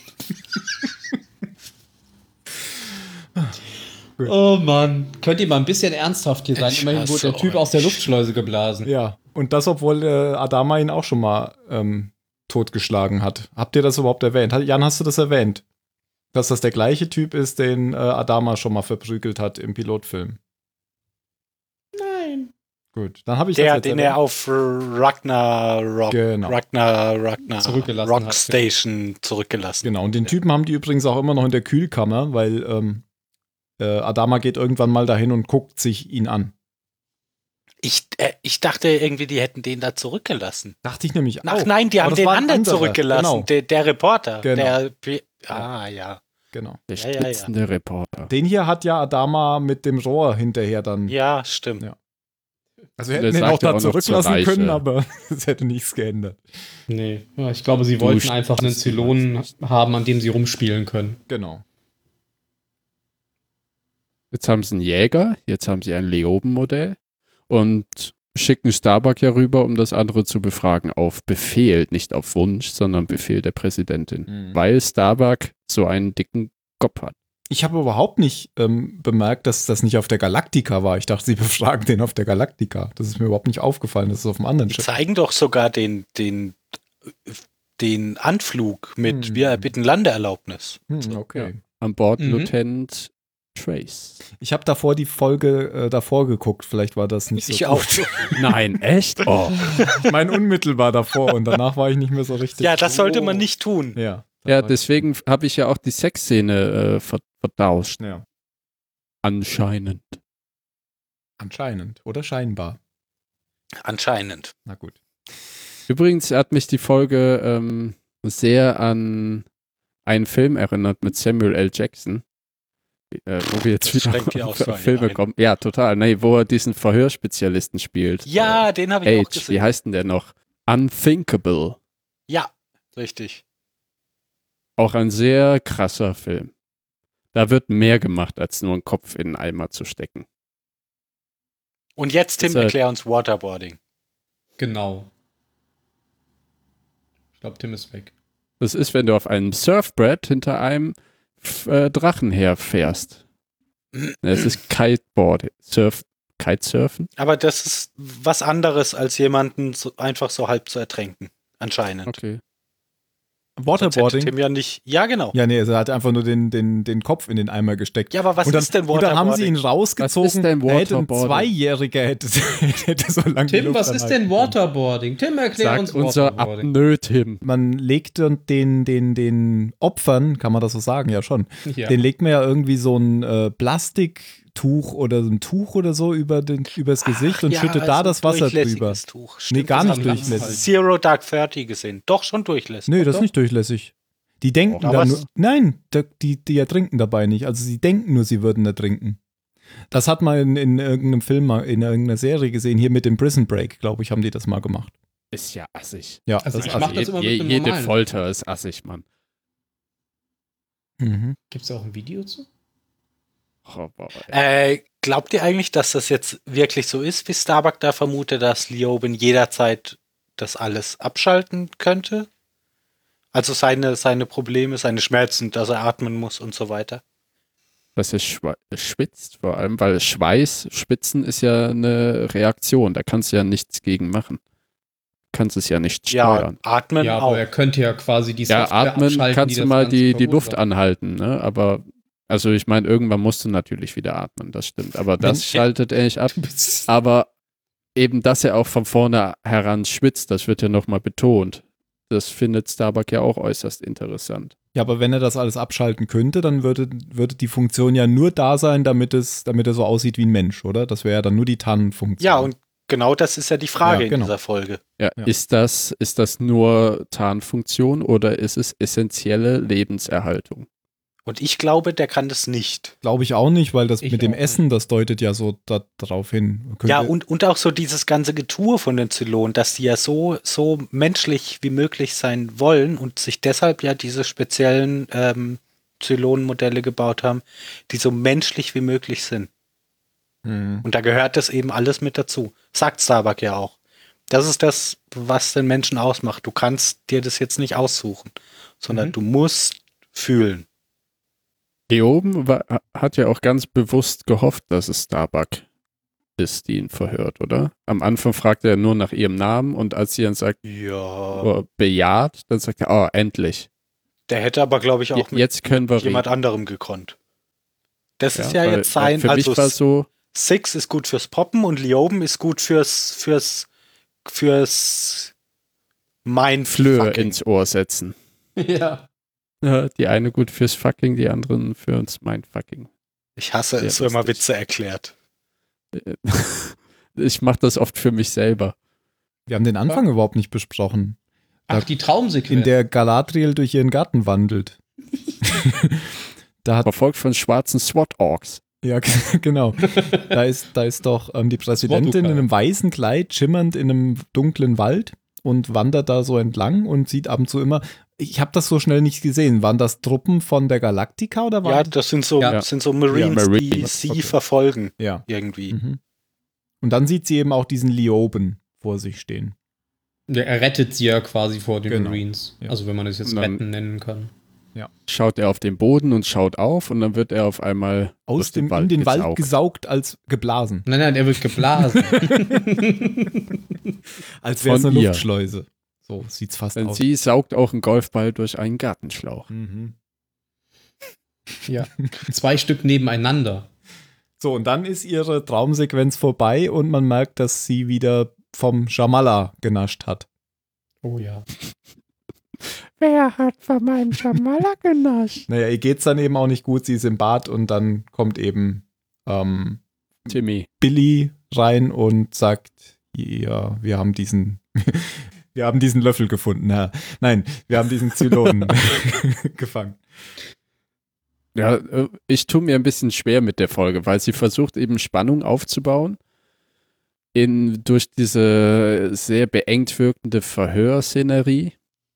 Oh Mann. Könnt ihr mal ein bisschen ernsthaft hier sein? Ich Immerhin wurde der hasse Typ aus der euch. Luftschleuse geblasen. Ja, und das, obwohl äh, Adama ihn auch schon mal ähm, totgeschlagen hat. Habt ihr das überhaupt erwähnt? Hat- Jan, hast du das erwähnt? Dass das der gleiche Typ ist, den äh, Adama schon mal verprügelt hat im Pilotfilm. Nein. Gut, dann habe ich Der, das jetzt den erwähnt. er auf Ragnarok, Genau. Ragnar, Ragnar, Zurückgelassen Rock hat. Station zurückgelassen. Genau, und den Typen haben die übrigens auch immer noch in der Kühlkammer, weil ähm, äh, Adama geht irgendwann mal dahin und guckt sich ihn an. Ich, äh, ich dachte irgendwie, die hätten den da zurückgelassen. Dachte ich nämlich Ach auch. nein, die Aber haben das den war ein anderen anderer. zurückgelassen. Genau. Der, der Reporter. Genau. Der, P- ah, ja. Genau. Der Ja, ja, ja. spitzende Reporter. Den hier hat ja Adama mit dem Rohr hinterher dann. Ja, stimmt. Ja. Also Und wir hätten er ihn auch sagt ja da auch noch zur zurücklassen Leiche. können, aber es hätte nichts geändert. Nee. Ja, ich glaube, sie Du wollten sch- einfach einen Zylonen haben, an dem sie rumspielen können. Genau. Jetzt haben sie einen Jäger, jetzt haben sie ein Leoben-Modell und schicken Starbuck ja rüber, um das andere zu befragen, auf Befehl, nicht auf Wunsch, sondern Befehl der Präsidentin. Mhm. Weil Starbuck so einen dicken Kopf hat. Ich habe überhaupt nicht ähm, bemerkt, dass das nicht auf der Galactica war. Ich dachte, sie befragen den auf der Galactica. Das ist mir überhaupt nicht aufgefallen, das ist auf dem anderen Die Schiff. zeigen doch sogar den, den, den Anflug mit Hm. wir bitten Landeerlaubnis. Hm, okay. An Bord Mhm. Lieutenant Trace. Ich habe davor die Folge äh, davor geguckt. Vielleicht war das nicht so Ich gut. auch. Nein, echt? Oh. Ich meine unmittelbar davor und danach war ich nicht mehr so richtig. Ja, das sollte Oh. man nicht tun. Ja, Ja, deswegen habe ich ja auch die Sexszene äh, ver- vertauscht. ja. Anscheinend. Anscheinend oder scheinbar. Anscheinend. Na gut. Übrigens hat mich die Folge ähm, sehr an einen Film erinnert mit Samuel L. Jackson. Äh, wo wir jetzt Das wieder schränkt die auf Auswahl Filme ein. kommen. Ja, total. Nee, wo er diesen Verhörspezialisten spielt. Ja, den habe ich Äh, auch Age, wie gesehen. heißt denn der noch? Unthinkable. Ja, richtig. Auch ein sehr krasser Film. Da wird mehr gemacht, als nur einen Kopf in einen Eimer zu stecken. Und jetzt, Tim, Ist, äh, erklär uns Waterboarding. Genau. Ich glaube, Tim ist weg. Das ist, wenn du auf einem Surfbrett hinter einem F- äh, Drachen herfährst. Es ist Kiteboard. Surf, Kitesurfen? Aber das ist was anderes, als jemanden so, einfach so halb zu ertränken. Anscheinend. Okay. Sonst hätte Waterboarding. Tim ja nicht. Ja, genau. Ja, nee, er hat einfach nur den, den, den Kopf in den Eimer gesteckt. Ja, aber was und dann, ist denn und dann haben sie ihn Waterboarding? rausgezogen. Was ist denn Er hätte ein Waterboarding? Zweijähriger hätte, hätte so lange die Tim, Luft was ist anhalten denn können. Waterboarding? Tim, erklär Sagt uns unser Waterboarding. Apnoe-Tim. Man legt den, den, den, den Opfern, kann man das so sagen, ja schon, Ja. den legt man ja irgendwie so ein äh, Plastiktuch oder so ein Tuch oder so über den, übers Gesicht und Ja, schüttet so da ein das Wasser drüber. durchlässiges Tuch. Nee, Stimmt, gar das nicht haben wir durchlässig. Zero Dark Thirty gesehen. Doch, schon durchlässig. Nee, das ist Doch. nicht durchlässig. Die denken Oder da was? nur. Nein, da, die, die ertrinken dabei nicht. Also sie denken nur, sie würden ertrinken. Das hat man in, in irgendeinem Film, mal- in irgendeiner Serie gesehen, hier mit dem Prison Break, glaube ich, haben die das mal gemacht. Ist ja assig. Ja, Also das ich ist mach assig. das Je, immer je, mit dem jede normalen. Folter ist assig, Mann. Mhm. Gibt es da auch ein Video zu? Oh, boah, ey. Äh, glaubt ihr eigentlich, dass das jetzt wirklich so ist, wie Starbuck da vermutet, dass Leoben jederzeit das alles abschalten könnte? Also seine, seine Probleme, seine Schmerzen, dass er atmen muss und so weiter. Dass er schwa- schwitzt, vor allem, weil Schweiß, Schwitzen ist ja eine Reaktion. Da kannst du ja nichts gegen machen. Kannst es ja nicht Ja, steuern. atmen ja, auch. aber er könnte ja quasi die Ja, Software atmen abschalten, kannst die du das mal Ganze die, die Luft verursacht. anhalten, ne? Aber, also ich meine, irgendwann musst du natürlich wieder atmen, das stimmt. Aber das Wenn- schaltet er nicht ab. Du bist- Aber eben, dass er auch von vorne heran schwitzt, das wird ja nochmal betont. Das findet Starbuck ja auch äußerst interessant. Ja, aber wenn er das alles abschalten könnte, dann würde, würde die Funktion ja nur da sein, damit es, damit er so aussieht wie ein Mensch, oder? Das wäre ja dann nur die Tannenfunktion. Ja, und genau das ist ja die Frage Ja, genau. in dieser Folge. Ja, Ja. Ist, das, ist das nur Tarnfunktion oder ist es essentielle Lebenserhaltung? Und ich glaube, der kann das nicht. Glaube ich auch nicht, weil das Ich mit dem auch Essen, das deutet ja so da, darauf hin. Könnte- Ja, und, und auch so dieses ganze Getue von den Zylonen, dass die ja so, so menschlich wie möglich sein wollen und sich deshalb ja diese speziellen ähm, Zylonenmodelle gebaut haben, die so menschlich wie möglich sind. Hm. Und da gehört das eben alles mit dazu. Sagt Starbuck ja auch. Das ist das, was den Menschen ausmacht. Du kannst dir das jetzt nicht aussuchen, sondern Mhm. du musst fühlen. Leoben war, hat ja auch ganz bewusst gehofft, dass es Starbuck ist, die ihn verhört, oder? Am Anfang fragt er nur nach ihrem Namen und als sie dann sagt, Ja. oh, bejaht, dann sagt er, oh, endlich. Der hätte aber, glaube ich, auch Je- jetzt können wir jemand reden. anderem gekonnt. Das ist ja weil- jetzt weil sein, Für also mich war so, Six ist gut fürs Poppen und Leoben ist gut fürs, fürs, fürs Flöhe Mindfucking. ins Ohr setzen. Ja. Ja, die eine gut fürs Fucking, die anderen fürs Mindfucking. Ich hasse Sehr es, wenn man lustig. Witze erklärt. Ich mache das oft für mich selber. Wir haben den Anfang überhaupt nicht besprochen. Ach, die Traumsequenz. In der Galadriel durch ihren Garten wandelt. Da hat, Verfolgt von schwarzen SWAT-Orks. ja, genau. Da ist, da ist doch ähm, die Präsidentin in einem weißen Kleid, schimmernd in einem dunklen Wald und wandert da so entlang und sieht ab und zu immer, ich habe das so schnell nicht gesehen, waren das Truppen von der Galactica oder Ja, waren das sind so, Ja. das sind so Marines, Ja, die Marines, sie okay. verfolgen ja. irgendwie. Mhm. Und dann sieht sie eben auch diesen Lioben vor sich stehen. Der, er rettet sie ja quasi vor den Genau. Marines. Ja. Also wenn man das jetzt Und dann- retten nennen kann. Schaut er auf den Boden und schaut auf und dann wird er auf einmal Aus durch dem, in den Wald gesaugt. gesaugt als geblasen. Nein, nein, er wird geblasen. Als wäre es Von eine ihr. Luftschleuse. So sieht's fast Denn aus. sie saugt auch einen Golfball durch einen Gartenschlauch. Mhm. Ja. Zwei Stück nebeneinander. So, und dann ist ihre Traumsequenz vorbei und man merkt, dass sie wieder vom Jamala genascht hat. Oh ja. Wer hat von meinem Schamala genascht? Naja, ihr geht's dann eben auch nicht gut, sie ist im Bad und dann kommt eben ähm, Timmy. Billy rein und sagt, ja, wir haben diesen, wir haben diesen Löffel gefunden, Herr. Nein, wir haben diesen Zylonen gefangen. Ja, äh, ich tue mir ein bisschen schwer mit der Folge, weil sie versucht eben Spannung aufzubauen in, durch diese sehr beengt wirkende Verhörszenerie.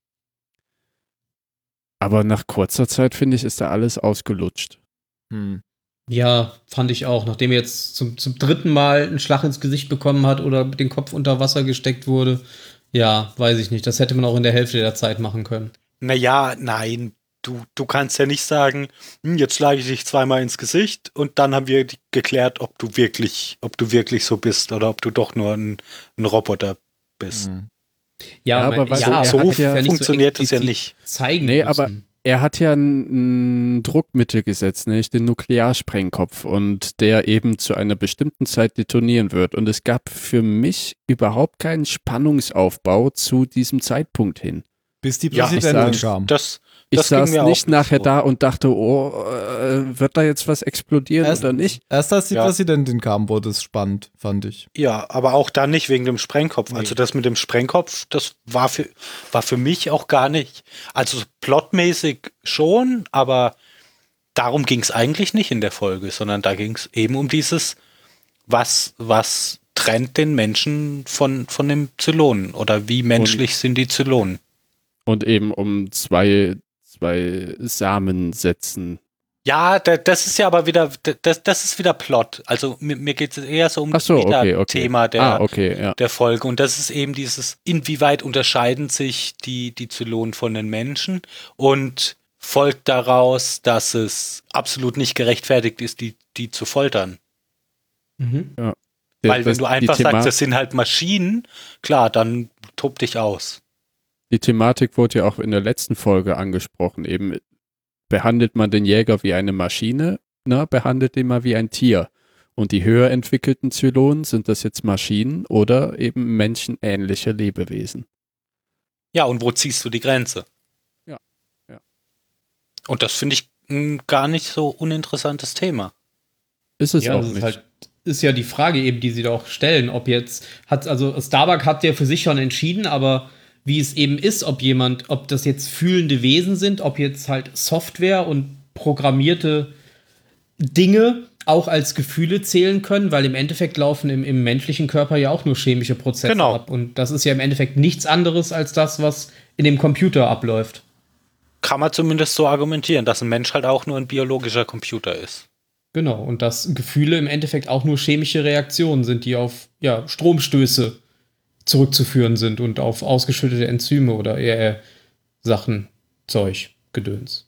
Aber nach kurzer Zeit, finde ich, ist da alles ausgelutscht. Hm. Ja, fand ich auch. Nachdem er jetzt zum, zum dritten Mal einen Schlag ins Gesicht bekommen hat oder mit dem Kopf unter Wasser gesteckt wurde. Ja, weiß ich nicht. Das hätte man auch in der Hälfte der Zeit machen können. Naja, nein, du, du kannst ja nicht sagen, hm, jetzt schlage ich dich zweimal ins Gesicht und dann haben wir geklärt, ob du wirklich, ob du wirklich so bist oder ob du doch nur ein, ein Roboter bist. Hm. Ja, aber mein- weißt So, du, er so hat ja- nicht funktioniert es ja explizit nicht. Zeigen Nee, müssen. aber- Er hat ja ein, ein Druckmittel gesetzt, nämlich den Nuklearsprengkopf und der eben zu einer bestimmten Zeit detonieren wird. Und es gab für mich überhaupt keinen Spannungsaufbau zu diesem Zeitpunkt hin. Bis die Ja, ich Präsidentin sag- kam. Das, Ich Das ging saß mir auch nicht nicht nachher so. da und dachte, oh, äh, wird da jetzt was explodieren Erst- oder nicht? Erst als die Ja. Präsidentin kam, wurde es spannend, fand ich. ja, aber auch dann nicht wegen dem Sprengkopf. Nee. Also das mit dem Sprengkopf, das war für, war für mich auch gar nicht. Also plotmäßig schon, aber darum ging es eigentlich nicht in der Folge, sondern da ging es eben um dieses, was, was trennt den Menschen von, von dem Zylonen oder wie menschlich sind die Zylonen. Und eben um zwei, zwei Samensätzen. Ja, da, das ist ja aber wieder, das, das ist wieder Plot. Also mir, mir geht es eher so um Ach so, das okay, okay. Thema der, ah, okay, ja. der Folge. Und das ist eben dieses, inwieweit unterscheiden sich die, die Zylonen von den Menschen und folgt daraus, dass es absolut nicht gerechtfertigt ist, die, die zu foltern. Mhm. Der- Weil wenn das- du die einfach Thema- sagst, das sind halt Maschinen, klar, dann tob dich aus. Die Thematik wurde ja auch in der letzten Folge angesprochen. Eben behandelt man den Jäger wie eine Maschine, na, behandelt ihn mal wie ein Tier. Und die höher entwickelten Zylonen, sind das jetzt Maschinen oder eben menschenähnliche Lebewesen? Ja, und wo ziehst du die Grenze? Ja, ja. Und das finde ich ein gar nicht so uninteressantes Thema. Ist es Ja, auch das ist nicht. halt, ist ja die Frage eben, die sie da auch stellen, ob jetzt, hat, also Starbuck hat ja für sich schon entschieden, aber wie es eben ist, ob jemand, ob das jetzt fühlende Wesen sind, ob jetzt halt Software und programmierte Dinge auch als Gefühle zählen können, weil im Endeffekt laufen im, im menschlichen Körper ja auch nur chemische Prozesse Genau. ab. Und das ist ja im Endeffekt nichts anderes als das, was in dem Computer abläuft. Kann man zumindest so argumentieren, dass ein Mensch halt auch nur ein biologischer Computer ist. Genau, und dass Gefühle im Endeffekt auch nur chemische Reaktionen sind, die auf ja, Stromstöße zurückzuführen sind und auf ausgeschüttete Enzyme oder eher Sachen, Zeug, Gedöns.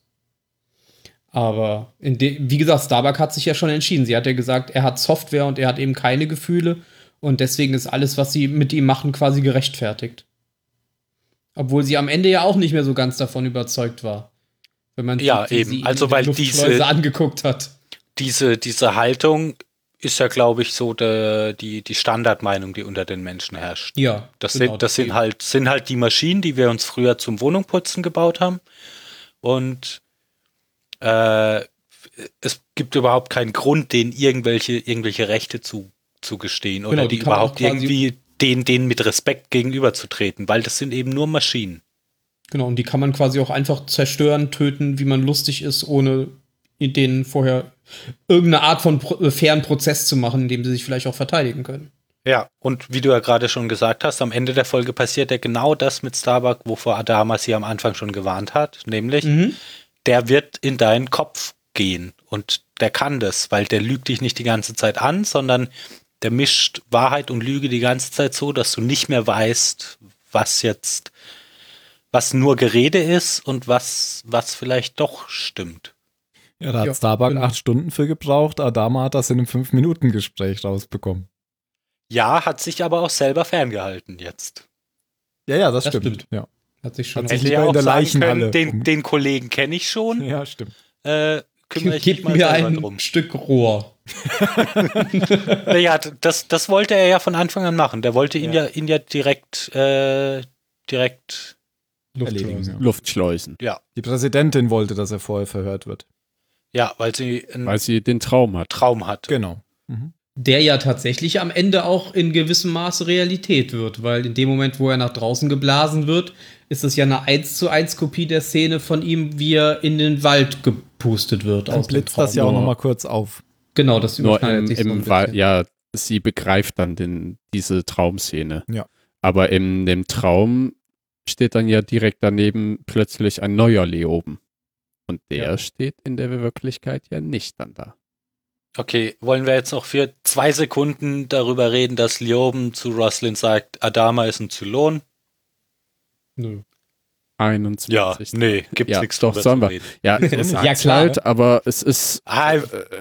Aber in de- wie gesagt, Starbuck hat sich ja schon entschieden. Sie hat ja gesagt, er hat Software und er hat eben keine Gefühle und deswegen ist alles, was sie mit ihm machen, quasi gerechtfertigt. Obwohl sie am Ende ja auch nicht mehr so ganz davon überzeugt war. Wenn man Ja, sieht, wie eben. sie ihn Also, in der weil Luftschleuse diese- angeguckt hat. Diese, diese Haltung ist ja, glaube ich, so de, die, die Standardmeinung, die unter den Menschen herrscht. Ja, Das, genau, sind, das sind, eben. halt, sind halt die Maschinen, die wir uns früher zum Wohnungputzen gebaut haben. Und äh, es gibt überhaupt keinen Grund, denen irgendwelche, irgendwelche Rechte zu, zu gestehen oder Genau, die die kann man überhaupt auch quasi- irgendwie denen, denen mit Respekt gegenüberzutreten, weil das sind eben nur Maschinen. Genau, und die kann man quasi auch einfach zerstören, töten, wie man lustig ist, ohne denen vorher irgendeine Art von pro- fairen Prozess zu machen, in dem sie sich vielleicht auch verteidigen können. Ja, und wie du ja gerade schon gesagt hast, am Ende der Folge passiert ja genau das mit Starbuck, wovor Adama sie am Anfang schon gewarnt hat, nämlich Mhm. der wird in deinen Kopf gehen und der kann das, weil der lügt dich nicht die ganze Zeit an, sondern der mischt Wahrheit und Lüge die ganze Zeit so, dass du nicht mehr weißt, was jetzt, was nur Gerede ist und was, was vielleicht doch stimmt. Ja, da hat Ja, Starbuck genau. acht Stunden für gebraucht, Adama hat das in einem fünf Minuten Gespräch rausbekommen. Ja, hat sich aber auch selber ferngehalten jetzt. Ja, ja, das, Das stimmt. stimmt. Ja. Hat sich schon Hat sich Hätte lieber ja in auch der sagen Leichenhalle können, den, um- den Kollegen kenne ich schon, ja, stimmt. äh, kümmere ich mich Gib mal mir selber ein drum. Stück Rohr. Ja, das, das wollte er ja von Anfang an machen. Der wollte ihn Ja. ja, ihn ja direkt, äh, direkt, Erledigen, Luftschleuse. ja. Luftschleusen, ja, Die Präsidentin wollte, dass er vorher verhört wird. ja, weil sie einen weil sie den Traum hat. Traum hatte. Genau. Mhm. Der ja tatsächlich am Ende auch in gewissem Maße Realität wird, weil in dem Moment, wo er nach draußen geblasen wird, ist es ja eine eins zu eins Kopie der Szene von ihm, wie er in den Wald gepustet wird. Dann aus dem blitzt das ja Traum. auch Nur- nochmal kurz auf. Genau, das Nur überschneidet im, sich so ein im Wald, bisschen. ja, sie begreift dann den, diese Traumszene. Ja. Aber in dem Traum steht dann ja direkt daneben plötzlich ein neuer Leoben. Und der Ja. steht in der Wirklichkeit ja nicht dann da. Okay, wollen wir jetzt noch für zwei Sekunden darüber reden, dass Lioben zu Roslin sagt, Adama ist ein Zylon? Nö. einundzwanzig. nee, gibt's Ja, nichts doch, drüber sollen zu wir. reden. Ja, es Ja, sagt's klar. halt, aber es ist Ah, äh,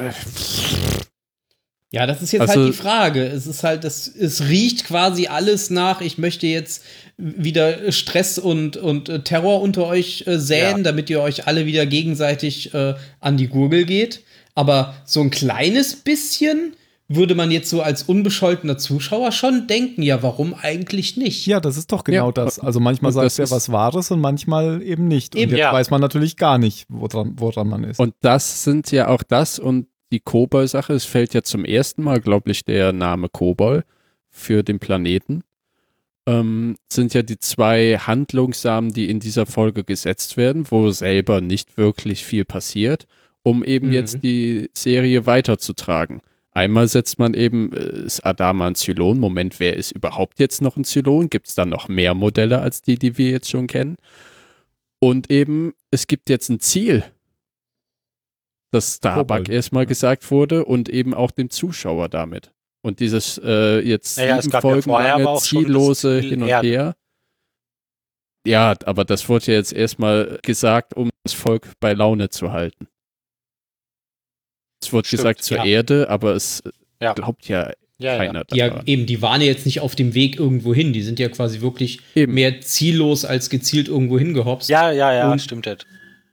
Ja, das ist jetzt Also- halt die Frage. Es ist halt, das, es riecht quasi alles nach, ich möchte jetzt wieder Stress und, und äh, Terror unter euch äh, säen, Ja. damit ihr euch alle wieder gegenseitig äh, an die Gurgel geht. Aber so ein kleines bisschen würde man jetzt so als unbescholtener Zuschauer schon denken, ja, warum eigentlich nicht? Ja, das ist doch genau Ja, das. Also manchmal und sagt das er ist- was Wahres und manchmal eben nicht. Und Eben. jetzt Ja. weiß man natürlich gar nicht, woran, woran man ist. Und das sind ja auch das und die Kobol-Sache. Es fällt ja zum ersten Mal, glaube ich, der Name Kobol für den Planeten. Ähm, sind ja die zwei Handlungssamen, die in dieser Folge gesetzt werden, wo selber nicht wirklich viel passiert, um eben Mhm. jetzt die Serie weiterzutragen. Einmal setzt man eben, äh, ist Adama ein Zylon? Moment, wer ist überhaupt jetzt noch ein Zylon? Gibt es dann noch mehr Modelle als die, die wir jetzt schon kennen? Und eben, es gibt jetzt ein Ziel, das Starbuck Kobold. erstmal gesagt wurde und eben auch dem Zuschauer damit. Und dieses äh, jetzt Naja, es sieben gab ja Folgen vorher lange aber auch schon das ziellose Ziel Hin und Erde. Her. Ja, aber das wurde ja jetzt erstmal gesagt, um das Volk bei Laune zu halten. Es wurde Stimmt, gesagt zur ja. Erde, aber es Ja. glaubt ja Ja, ja. keiner Ja, daran. eben, die waren ja jetzt nicht auf dem Weg irgendwo hin. Die sind ja quasi wirklich Eben. mehr ziellos als gezielt irgendwo hingehopst. Ja, ja, ja, Und- stimmt. das.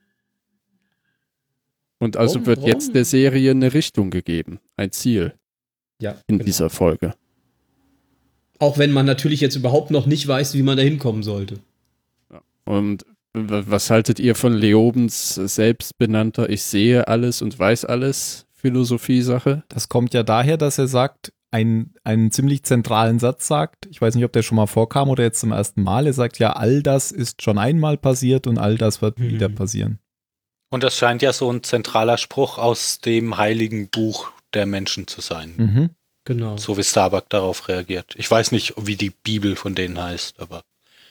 Und also Warum? wird Warum? jetzt der Serie eine Richtung gegeben, ein Ziel Ja, in genau. dieser Folge. Auch wenn man natürlich jetzt überhaupt noch nicht weiß, wie man da hinkommen sollte. Und w- was haltet ihr von Leobens selbstbenannter Ich sehe alles und weiß alles Philosophie-Sache? Das kommt ja daher, dass er sagt, einen, einen ziemlich zentralen Satz sagt. Ich weiß nicht, ob der schon mal vorkam oder jetzt zum ersten Mal. Er sagt ja, all das ist schon einmal passiert und all das wird Mhm. wieder passieren. Und das scheint ja so ein zentraler Spruch aus dem heiligen Buch der Menschen zu sein. Mhm. Genau. So wie Starbuck darauf reagiert. Ich weiß nicht, wie die Bibel von denen heißt, aber.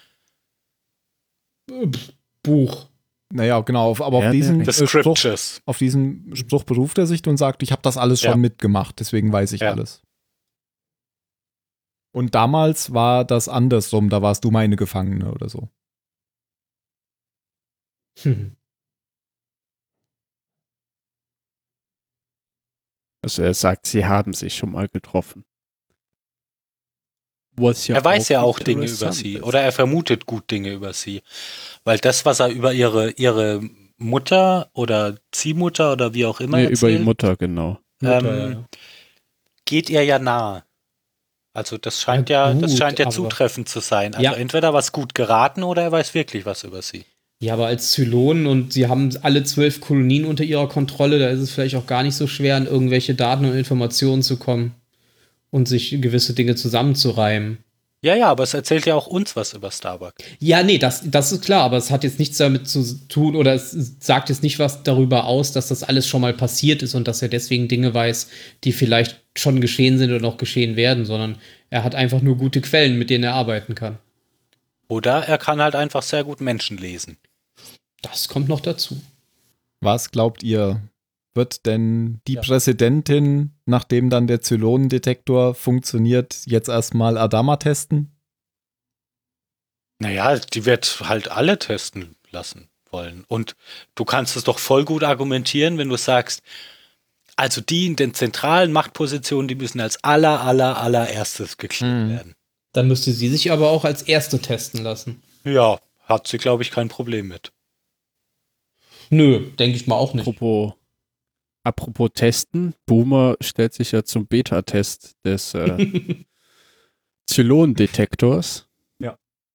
Buch. Naja, genau, auf, aber Ja, auf diesen, The äh, Spruch, Scriptures. auf diesen Spruch beruft er sich und sagt, ich habe das alles schon Ja. mitgemacht, deswegen weiß ich Ja. alles. Und damals war das andersrum, da warst du meine Gefangene oder so. Hm. Also er sagt, sie haben sich schon mal getroffen. Was ja Er weiß ja auch Dinge über interessant sie. ist. Oder er vermutet gut Dinge über sie. Weil das, was er über ihre, ihre Mutter oder Ziehmutter oder wie auch immer Nee, über die erzählt, Mutter, genau. Mutter, Ähm, ja. geht ihr ja nahe. Also das scheint ja, Ja, das gut, scheint ja aber- zutreffend zu sein. Also Ja. entweder was gut geraten oder er weiß wirklich was über sie. Ja, aber als Zylonen und sie haben alle zwölf Kolonien unter ihrer Kontrolle, da ist es vielleicht auch gar nicht so schwer, an irgendwelche Daten und Informationen zu kommen und sich gewisse Dinge zusammenzureimen. Ja, ja, aber es erzählt ja auch uns was über Starbuck. Ja, nee, das, das ist klar, aber es hat jetzt nichts damit zu tun oder es sagt jetzt nicht was darüber aus, dass das alles schon mal passiert ist und dass er deswegen Dinge weiß, die vielleicht schon geschehen sind oder noch geschehen werden, sondern er hat einfach nur gute Quellen, mit denen er arbeiten kann. Oder er kann halt einfach sehr gut Menschen lesen. Das kommt noch dazu. Was glaubt ihr, wird denn die Ja. Präsidentin, nachdem dann der Zylonendetektor funktioniert, jetzt erstmal Adama testen? Naja, die wird halt alle testen lassen wollen. Und du kannst es doch voll gut argumentieren, wenn du sagst, also die in den zentralen Machtpositionen, die müssen als aller, aller, allererstes geklärt Hm. werden. Dann müsste sie sich aber auch als Erste testen lassen. Ja, hat sie, glaube ich, kein Problem mit. Nö, denke ich mal auch nicht. Apropos, apropos Testen, Boomer stellt sich ja zum Beta-Test des äh, Zylonendetektors. Ja.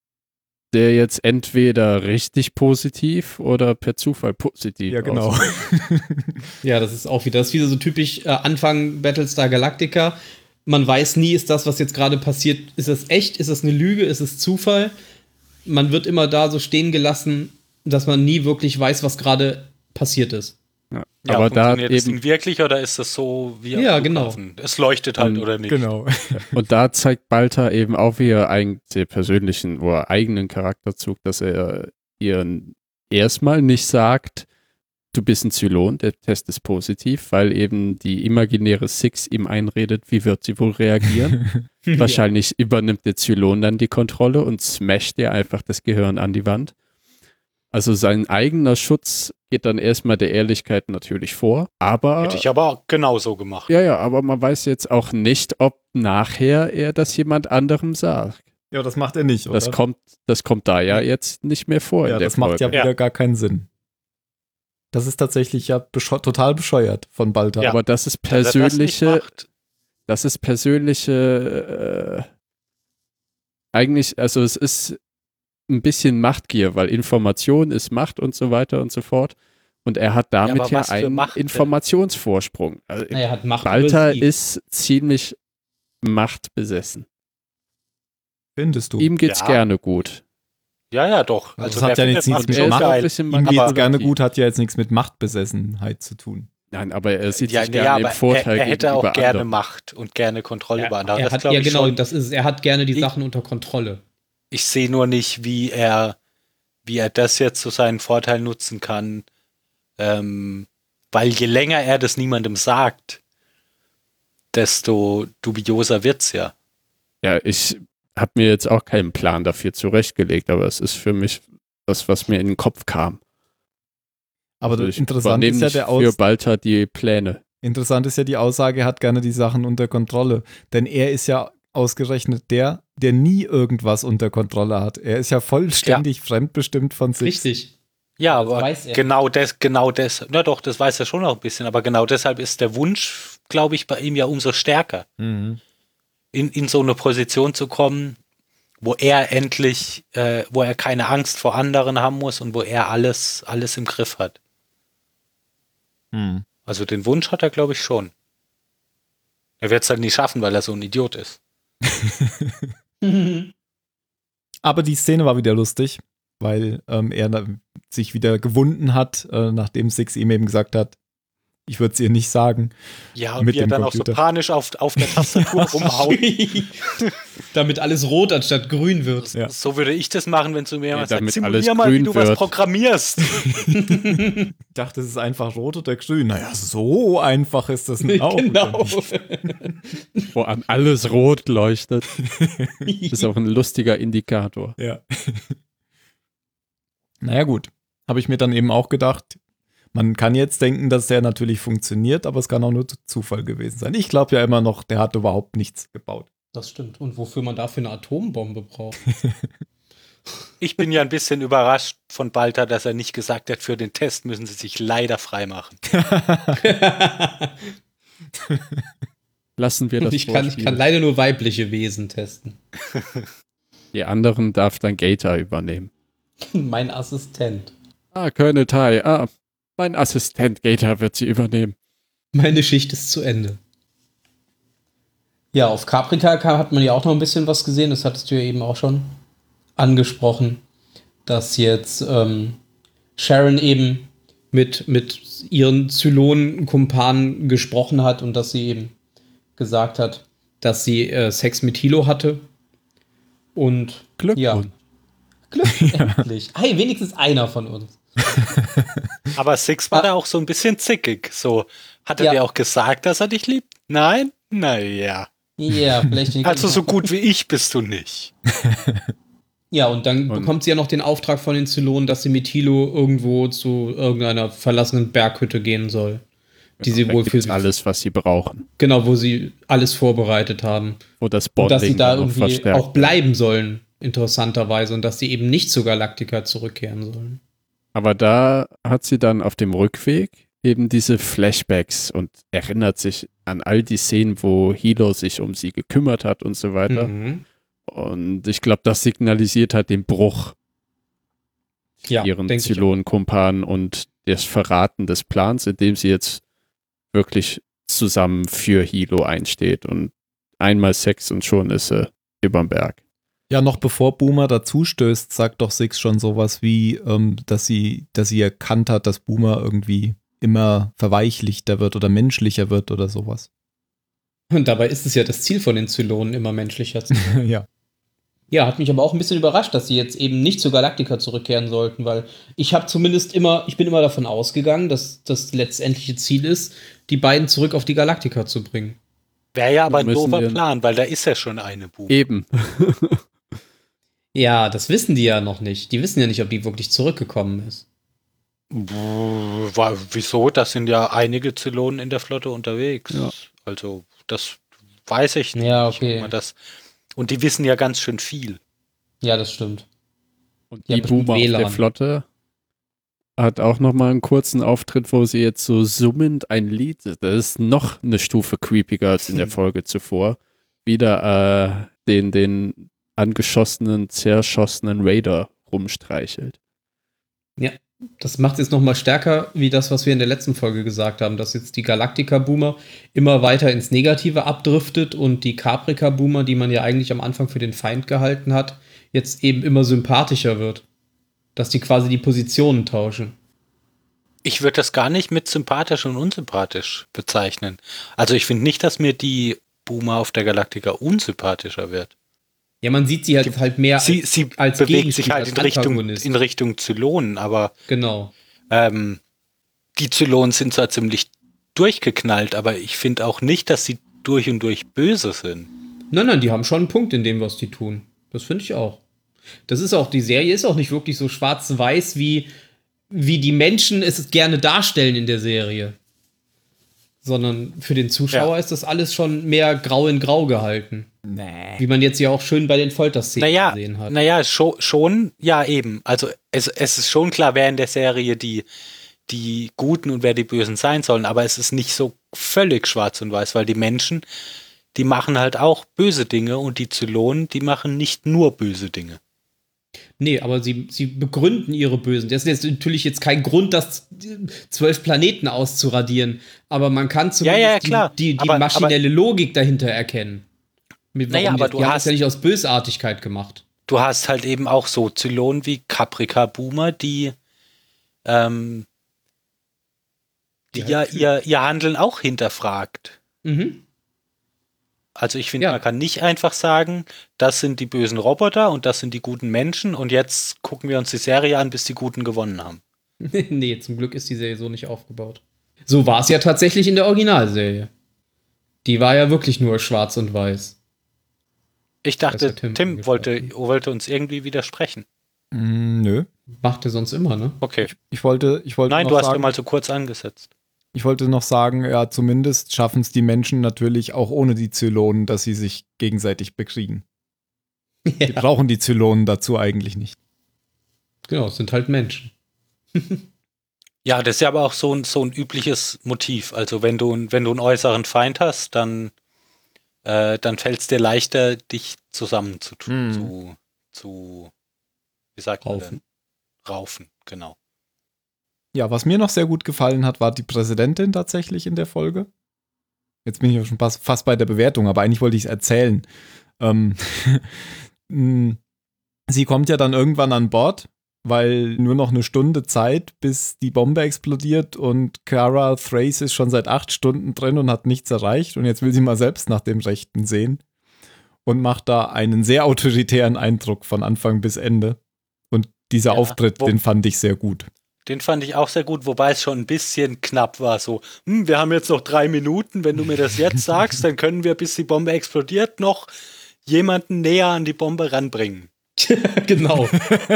Der jetzt entweder richtig positiv oder per Zufall positiv Ja, genau. aussieht. Ja, das ist auch wieder, das ist wieder so typisch äh, Anfang Battlestar Galactica. Man weiß nie, ist das, was jetzt gerade passiert, ist das echt, ist das eine Lüge, ist es Zufall? Man wird immer da so stehen gelassen, dass man nie wirklich weiß, was gerade passiert ist. Ja. Ja, Aber da funktioniert das eben, Ding wirklich oder ist das so wie am Ja, genau. Flughafen? Es leuchtet halt Ähm, oder nicht. Genau. und da zeigt Balta eben auch wieder einen sehr persönlichen oder eigenen Charakterzug, dass er ihr erstmal nicht sagt, du bist ein Zylon, der Test ist positiv, weil eben die imaginäre Six ihm einredet, wie wird sie wohl reagieren. Wahrscheinlich übernimmt der Zylon dann die Kontrolle und smasht ihr einfach das Gehirn an die Wand. Also sein eigener Schutz geht dann erstmal der Ehrlichkeit natürlich vor, aber Hätte ich aber auch genauso gemacht. ja, ja, aber man weiß jetzt auch nicht, ob nachher er das jemand anderem sagt. Ja, das macht er nicht, oder? Das kommt, das kommt da ja jetzt nicht mehr vor ja, in der das macht ja Folge. wieder Ja. gar keinen Sinn. Das ist tatsächlich ja bescho- total bescheuert von Balta. Ja. Aber das ist Dass er das nicht persönliche, macht. das ist persönliche, äh, eigentlich, also es ist ein bisschen Machtgier, weil Information ist Macht und so weiter und so fort. Und er hat damit aber ja, was für einen Macht denn? Informationsvorsprung. Also Er hat Macht Balta über sie. ist ziemlich machtbesessen. Findest du? Ihm geht's Ja. gerne gut. Ja, ja, doch. Das Also hat der ja findet jetzt nichts Macht mit schon Er ist auch ein geil. bisschen Ihm geht's aber- gerne gut, hat ja jetzt nichts mit Machtbesessenheit zu tun. Nein, aber er sieht Ja, sich nee, gerne aber im er, Vorteil er hätte auch gegenüber gerne anderen. Macht und gerne Kontrolle über andere. Er Das hat, glaube ja, ich genau, schon. das ist es. Er hat gerne die Ich- Sachen unter Kontrolle. Ich sehe nur nicht, wie er, wie er das jetzt zu seinem Vorteil nutzen kann. Ähm, weil je länger er das niemandem sagt, desto dubioser wird's ja. Ja, ich habe mir jetzt auch keinen Plan dafür zurechtgelegt, aber es ist für mich das, was mir in den Kopf kam. Aber Also ich interessant ist übernehme ja nicht der für Aus Balta die Pläne. interessant ist ja die Aussage, er hat gerne die Sachen unter Kontrolle. Denn er ist ja ausgerechnet der, der nie irgendwas unter Kontrolle hat. Er ist ja vollständig fremdbestimmt von sich. Richtig. Ja, Das aber weiß er. genau das, genau das, na doch, das weiß er schon noch ein bisschen, aber genau deshalb ist der Wunsch, glaube ich, bei ihm ja umso stärker, Mhm. in, in so eine Position zu kommen, wo er endlich, äh, wo er keine Angst vor anderen haben muss und wo er alles, alles im Griff hat. Mhm. Also den Wunsch hat er, glaube ich, schon. Er wird es halt nie schaffen, weil er so ein Idiot ist. Aber die Szene war wieder lustig, weil ähm, er da sich wieder gewunden hat, äh, nachdem Six ihm eben gesagt hat, ich würde es ihr nicht sagen. Ja, und mit wie er dem dann Computer. auch so panisch auf, auf der Tastatur rumhaut. Damit alles rot anstatt grün wird. Ja. So würde ich das machen, wenn du mir Ja, mal sagst, damit simulier alles mal, wie grün du was wird. programmierst. Ich dachte, es ist einfach rot oder grün. Naja, so einfach ist das auch. Genau. Wo an alles rot leuchtet. Ist auch ein lustiger Indikator. Ja. Naja, gut. Habe ich mir dann eben auch gedacht, man kann jetzt denken, dass der natürlich funktioniert, aber es kann auch nur Zufall gewesen sein. Ich glaube ja immer noch, der hat überhaupt nichts gebaut. Das stimmt. Und wofür man dafür eine Atombombe braucht. Ich bin ja ein bisschen überrascht von Balta, dass er nicht gesagt hat, für den Test müssen sie sich leider freimachen. Lassen wir das ich, kann, ich kann leider nur weibliche Wesen testen. Die anderen darf dann Gator übernehmen. Mein Assistent. Ah, Colonel Tai, ah, mein Assistent Gator wird sie übernehmen. Meine Schicht ist zu Ende. Ja, auf Caprica hat man ja auch noch ein bisschen was gesehen. Das hattest du ja eben auch schon angesprochen, dass jetzt ähm, Sharon eben mit, mit ihren Zylonen-Kumpanen gesprochen hat und dass sie eben gesagt hat, dass sie äh, Sex mit Hilo hatte. Und Glückwunsch. Ja, Glücklich. Hey, wenigstens einer von uns. Aber Six war Ah. da auch so ein bisschen zickig. So, hat er Ja. dir auch gesagt, dass er dich liebt? Nein? Naja. Ja, vielleicht nicht. Also so gut wie ich bist du nicht. Ja, und dann Und- bekommt sie ja noch den Auftrag von den Zylonen, dass sie mit Hilo irgendwo zu irgendeiner verlassenen Berghütte gehen soll. Die sie Da wohl für gibt's sie, alles, was sie brauchen. genau, wo sie alles vorbereitet haben. Wo das Und dass sie Bonding da dann noch irgendwie verstärkt. auch bleiben sollen, interessanterweise. Und dass sie eben nicht zu Galactica zurückkehren sollen. Aber da hat sie dann auf dem Rückweg eben diese Flashbacks und erinnert sich an all die Szenen, wo Hilo sich um sie gekümmert hat und so weiter. Mhm. Und ich glaube, das signalisiert halt den Bruch Ja, ihren denke ich. Zylonenkumpanen und das Verraten des Plans, indem sie jetzt wirklich zusammen für Hilo einsteht und einmal Sex und schon ist sie überm Berg. Ja, noch bevor Boomer dazustößt, sagt doch Six schon sowas wie, ähm, dass sie, dass sie erkannt hat, dass Boomer irgendwie immer verweichlichter wird oder menschlicher wird oder sowas. Und dabei ist es ja das Ziel von den Zylonen, immer menschlicher zu werden. Ja. Ja, hat mich aber auch ein bisschen überrascht, dass sie jetzt eben nicht zu Galactica zurückkehren sollten, weil ich habe zumindest immer, ich bin immer davon ausgegangen, dass das letztendliche Ziel ist, die beiden zurück auf die Galactica zu bringen. Wäre ja aber ein Müssen doofer wir- Plan, weil da ist ja schon eine Buch. Eben. Ja, das wissen die ja noch nicht. Die wissen ja nicht, ob die wirklich zurückgekommen ist. War, wieso? Da sind ja einige Zylonen in der Flotte unterwegs. Ja. Also, das weiß ich nicht. Ja, okay. ob man Das, und die wissen ja ganz schön viel. Ja, das stimmt. Und Ja, die bestimmt Boomer W auf L A der N. Flotte hat auch noch mal einen kurzen Auftritt, wo sie jetzt so summend ein Lied, das ist noch eine Stufe creepiger als in der Folge zuvor, wieder äh, den, den angeschossenen, zerschossenen Raider rumstreichelt. Das macht es jetzt noch mal stärker, wie das, was wir in der letzten Folge gesagt haben, dass jetzt die Galactica-Boomer immer weiter ins Negative abdriftet und die Caprica-Boomer, die man ja eigentlich am Anfang für den Feind gehalten hat, jetzt eben immer sympathischer wird. Dass die quasi die Positionen tauschen. Ich würde das gar nicht mit sympathisch und unsympathisch bezeichnen. Also ich finde nicht, dass mir die Boomer auf der Galactica unsympathischer wird. Ja, man sieht sie halt, Die- halt mehr Sie, als, sie als bewegt Gegenspieler, sich halt als in Richtung, Antagonist. in Richtung Zylonen, aber Genau. ähm, die Zylonen sind zwar ziemlich durchgeknallt, aber ich finde auch nicht, dass sie durch und durch böse sind. Nein, nein, die haben schon einen Punkt in dem, was die tun. Das finde ich auch. Das ist auch, die Serie ist auch nicht wirklich so schwarz-weiß, wie, wie die Menschen es gerne darstellen in der Serie. Sondern für den Zuschauer Ja. ist das alles schon mehr grau in grau gehalten. Nee. Wie man jetzt ja auch schön bei den Folterszenen Naja, gesehen hat. naja, schon, schon, ja eben. Also es, es ist schon klar, wer in der Serie die, die Guten und wer die Bösen sein sollen, aber es ist nicht so völlig schwarz und weiß, weil die Menschen, die machen halt auch böse Dinge und die Zylonen, die machen nicht nur böse Dinge. Nee, aber sie, sie begründen ihre Bösen. Das ist jetzt natürlich jetzt kein Grund, das zwölf Planeten auszuradieren. Aber man kann zumindest Ja, ja, klar. die, die, die Aber- maschinelle Logik dahinter erkennen. Mit, Naja, warum aber die, du die haben hast- es ja nicht aus Bösartigkeit gemacht. Du hast halt eben auch so Zylonen wie Caprica Boomer, die ähm, die ja, ihr, ihr Handeln auch hinterfragt. Mhm. Also ich finde, Ja. man kann nicht einfach sagen, das sind die bösen Roboter und das sind die guten Menschen und jetzt gucken wir uns die Serie an, bis die Guten gewonnen haben. Nee, zum Glück ist die Serie so nicht aufgebaut. So war es ja tatsächlich in der Originalserie. Die war ja wirklich nur schwarz und weiß. Ich Das dachte, hat Tim Tim wollte, angesprochen. wollte uns irgendwie widersprechen. Mm, nö. Macht er sonst immer, ne? Okay. Ich wollte, ich wollte Nein, noch du hast ja sagen, mal so kurz angesetzt. ich wollte noch sagen, ja, zumindest schaffen es die Menschen natürlich auch ohne die Zylonen, dass sie sich gegenseitig bekriegen. Die Ja. brauchen die Zylonen dazu eigentlich nicht. Genau, es sind halt Menschen. Ja, das ist ja aber auch so ein, so ein übliches Motiv. Also wenn du, wenn du einen äußeren Feind hast, dann, äh, dann fällt es dir leichter, dich zusammenzutun. Mhm. Zu, zu, wie sagt man Raufen. denn? Raufen, genau. Ja, was mir noch sehr gut gefallen hat, war die Präsidentin tatsächlich in der Folge. Jetzt bin ich ja schon fast, fast bei der Bewertung, aber eigentlich wollte ich es erzählen. Ähm, mh, sie kommt ja dann irgendwann an Bord, weil nur noch eine Stunde Zeit, bis die Bombe explodiert und Kara Thrace ist schon seit acht Stunden drin und hat nichts erreicht und jetzt will sie mal selbst nach dem Rechten sehen und macht da einen sehr autoritären Eindruck von Anfang bis Ende. Und dieser Ja, Auftritt, wo- den fand ich sehr gut. Den fand ich auch sehr gut, wobei es schon ein bisschen knapp war. So, hm, wir haben jetzt noch drei Minuten, wenn du mir das jetzt sagst, dann können wir, bis die Bombe explodiert, noch jemanden näher an die Bombe ranbringen. Genau.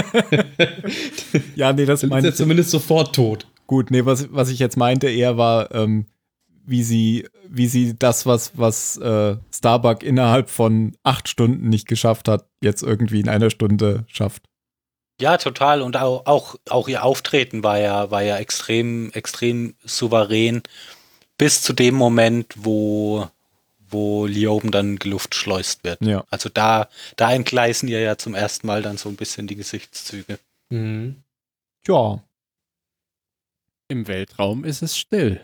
Ja, nee, das Dann ist meine er ich zumindest sofort tot. gut. Nee, was, was ich jetzt meinte eher war, ähm, wie sie, wie sie das, was, was äh, Starbuck innerhalb von acht Stunden nicht geschafft hat, jetzt irgendwie in einer Stunde schafft. Ja, total. Und auch, auch, auch ihr Auftreten war ja, war ja extrem, extrem souverän. Bis zu dem Moment, wo, wo Lioben dann geluftschleust wird. Ja. Also da, da entgleisen ihr ja zum ersten Mal dann so ein bisschen die Gesichtszüge. Mhm. Ja. Im Weltraum ist es still.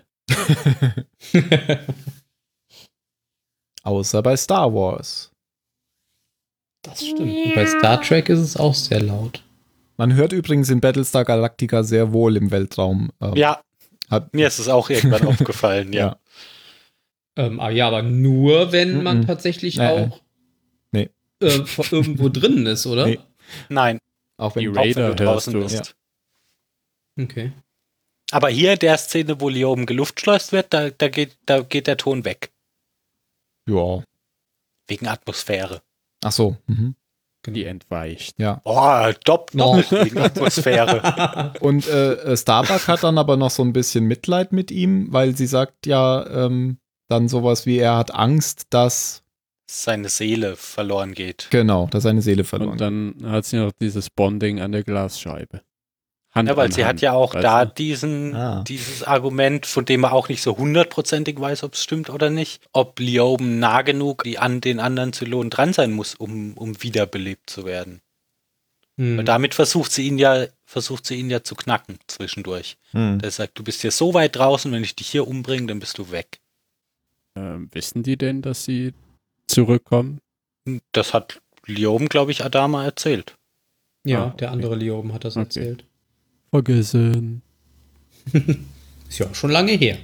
Außer bei Star Wars. Das stimmt. Und bei Star Trek ist es auch sehr laut. Man hört übrigens in Battlestar Galactica sehr wohl im Weltraum. Ähm, Ja, hat, mir ist es auch irgendwann aufgefallen, ja. Ja. Ähm, ah, ja, aber nur, wenn man Mhm. tatsächlich Nee, auch nee. Äh, vor- irgendwo drin ist, oder? Nee. Nein, Auch wenn Die auch wenn Raider du draußen hörst du. bist. Okay. Aber hier in der Szene, wo Lioben geluftschleust wird, da, da, geht, da geht der Ton weg. Ja. Wegen Atmosphäre. Ach so. Mhm. Die entweicht. Ja. Oh, dopp, No. doppelt wegen Atmosphäre. Und äh, Starbuck hat dann aber noch so ein bisschen Mitleid mit ihm, weil sie sagt ja ähm, dann sowas wie, er hat Angst, dass, Seine Seele verloren geht. genau, dass seine Seele verloren Und dann hat sie noch dieses Bonding an der Glasscheibe. Hand Ja, weil an sie Hand, hat ja auch weißt da du? diesen, Ah. dieses Argument, von dem man auch nicht so hundertprozentig weiß, ob es stimmt oder nicht, ob Lioben nah genug die an den anderen Zylonen dran sein muss, um, um wiederbelebt zu werden. Hm. Weil damit versucht sie ihn ja, versucht sie ihn ja zu knacken zwischendurch. Hm. Der sagt, du bist hier so weit draußen, wenn ich dich hier umbringe, dann bist du weg. Ähm, wissen die denn, dass sie zurückkommen? Das hat Lioben, glaube ich, Adama erzählt. Ja, Ah, der okay. andere Lioben hat das Okay. erzählt. Vergessen. Ist ja auch schon lange her.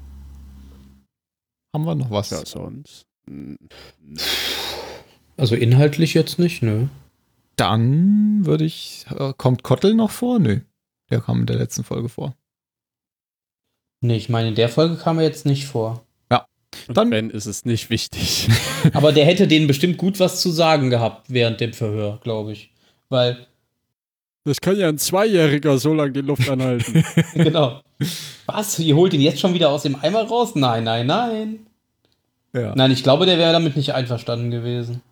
Haben wir noch was? Ja, sonst. Hm, Also inhaltlich jetzt nicht, ne? Dann würde ich, äh, kommt Kottel noch vor? Nö. Der kam in der letzten Folge vor. Nee, ich meine, in der Folge kam er jetzt nicht vor. Und Dann- wenn, ist es nicht wichtig. Aber der hätte denen bestimmt gut was zu sagen gehabt während dem Verhör, glaube ich. Weil, Das kann ja ein Zweijähriger so lange die Luft anhalten. genau. Was? Ihr holt ihn jetzt schon wieder aus dem Eimer raus? Nein, nein, nein. Ja. Nein, ich glaube, der wäre damit nicht einverstanden gewesen.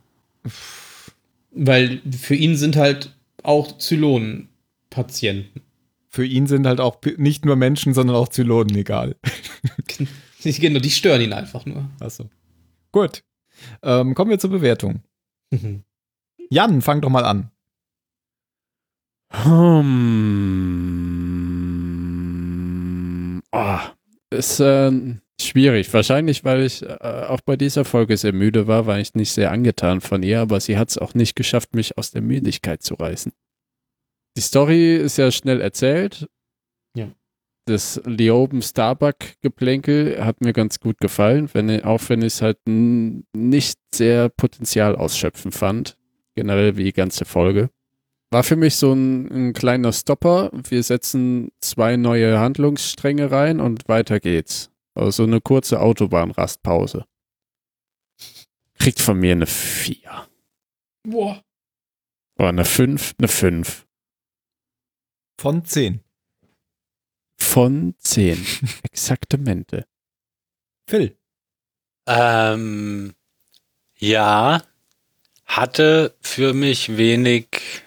Weil für ihn sind halt auch Zylonen Patienten. Für ihn sind halt auch p- nicht nur Menschen, sondern auch Zylonen egal. Genau, die stören ihn einfach nur. Achso. Gut. Ähm, kommen wir zur Bewertung. Mhm. Jan, fang doch mal an. Hm. Oh, ist äh, schwierig. Wahrscheinlich, weil ich äh, auch bei dieser Folge sehr müde war, war ich nicht sehr angetan von ihr, aber sie hat es auch nicht geschafft, mich aus der Müdigkeit zu reißen. Die Story ist ja schnell erzählt. das Leoben-Starbuck-Geplänkel hat mir ganz gut gefallen, wenn, auch wenn ich es halt n- nicht sehr Potenzial ausschöpfen fand. Generell wie die ganze Folge. War für mich so ein, ein kleiner Stopper. Wir setzen zwei neue Handlungsstränge rein und weiter geht's. Also so eine kurze Autobahnrastpause. Kriegt von mir eine vier. Boah. Oder eine fünf, eine fünf. Von zehn. Von zehn. Exaktamente. Phil. Ähm, ja, hatte für mich wenig,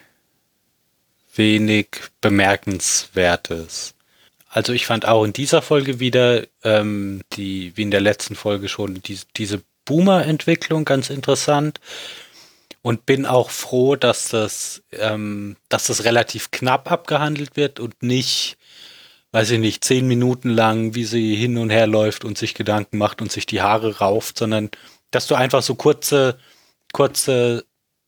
wenig Bemerkenswertes. Also ich fand auch in dieser Folge wieder, ähm, die, wie in der letzten Folge schon, die, diese Boomer-Entwicklung ganz interessant und bin auch froh, dass das, ähm, dass das relativ knapp abgehandelt wird und nicht, weiß ich nicht, zehn Minuten lang, wie sie hin und her läuft und sich Gedanken macht und sich die Haare rauft, sondern dass du einfach so kurze, kurze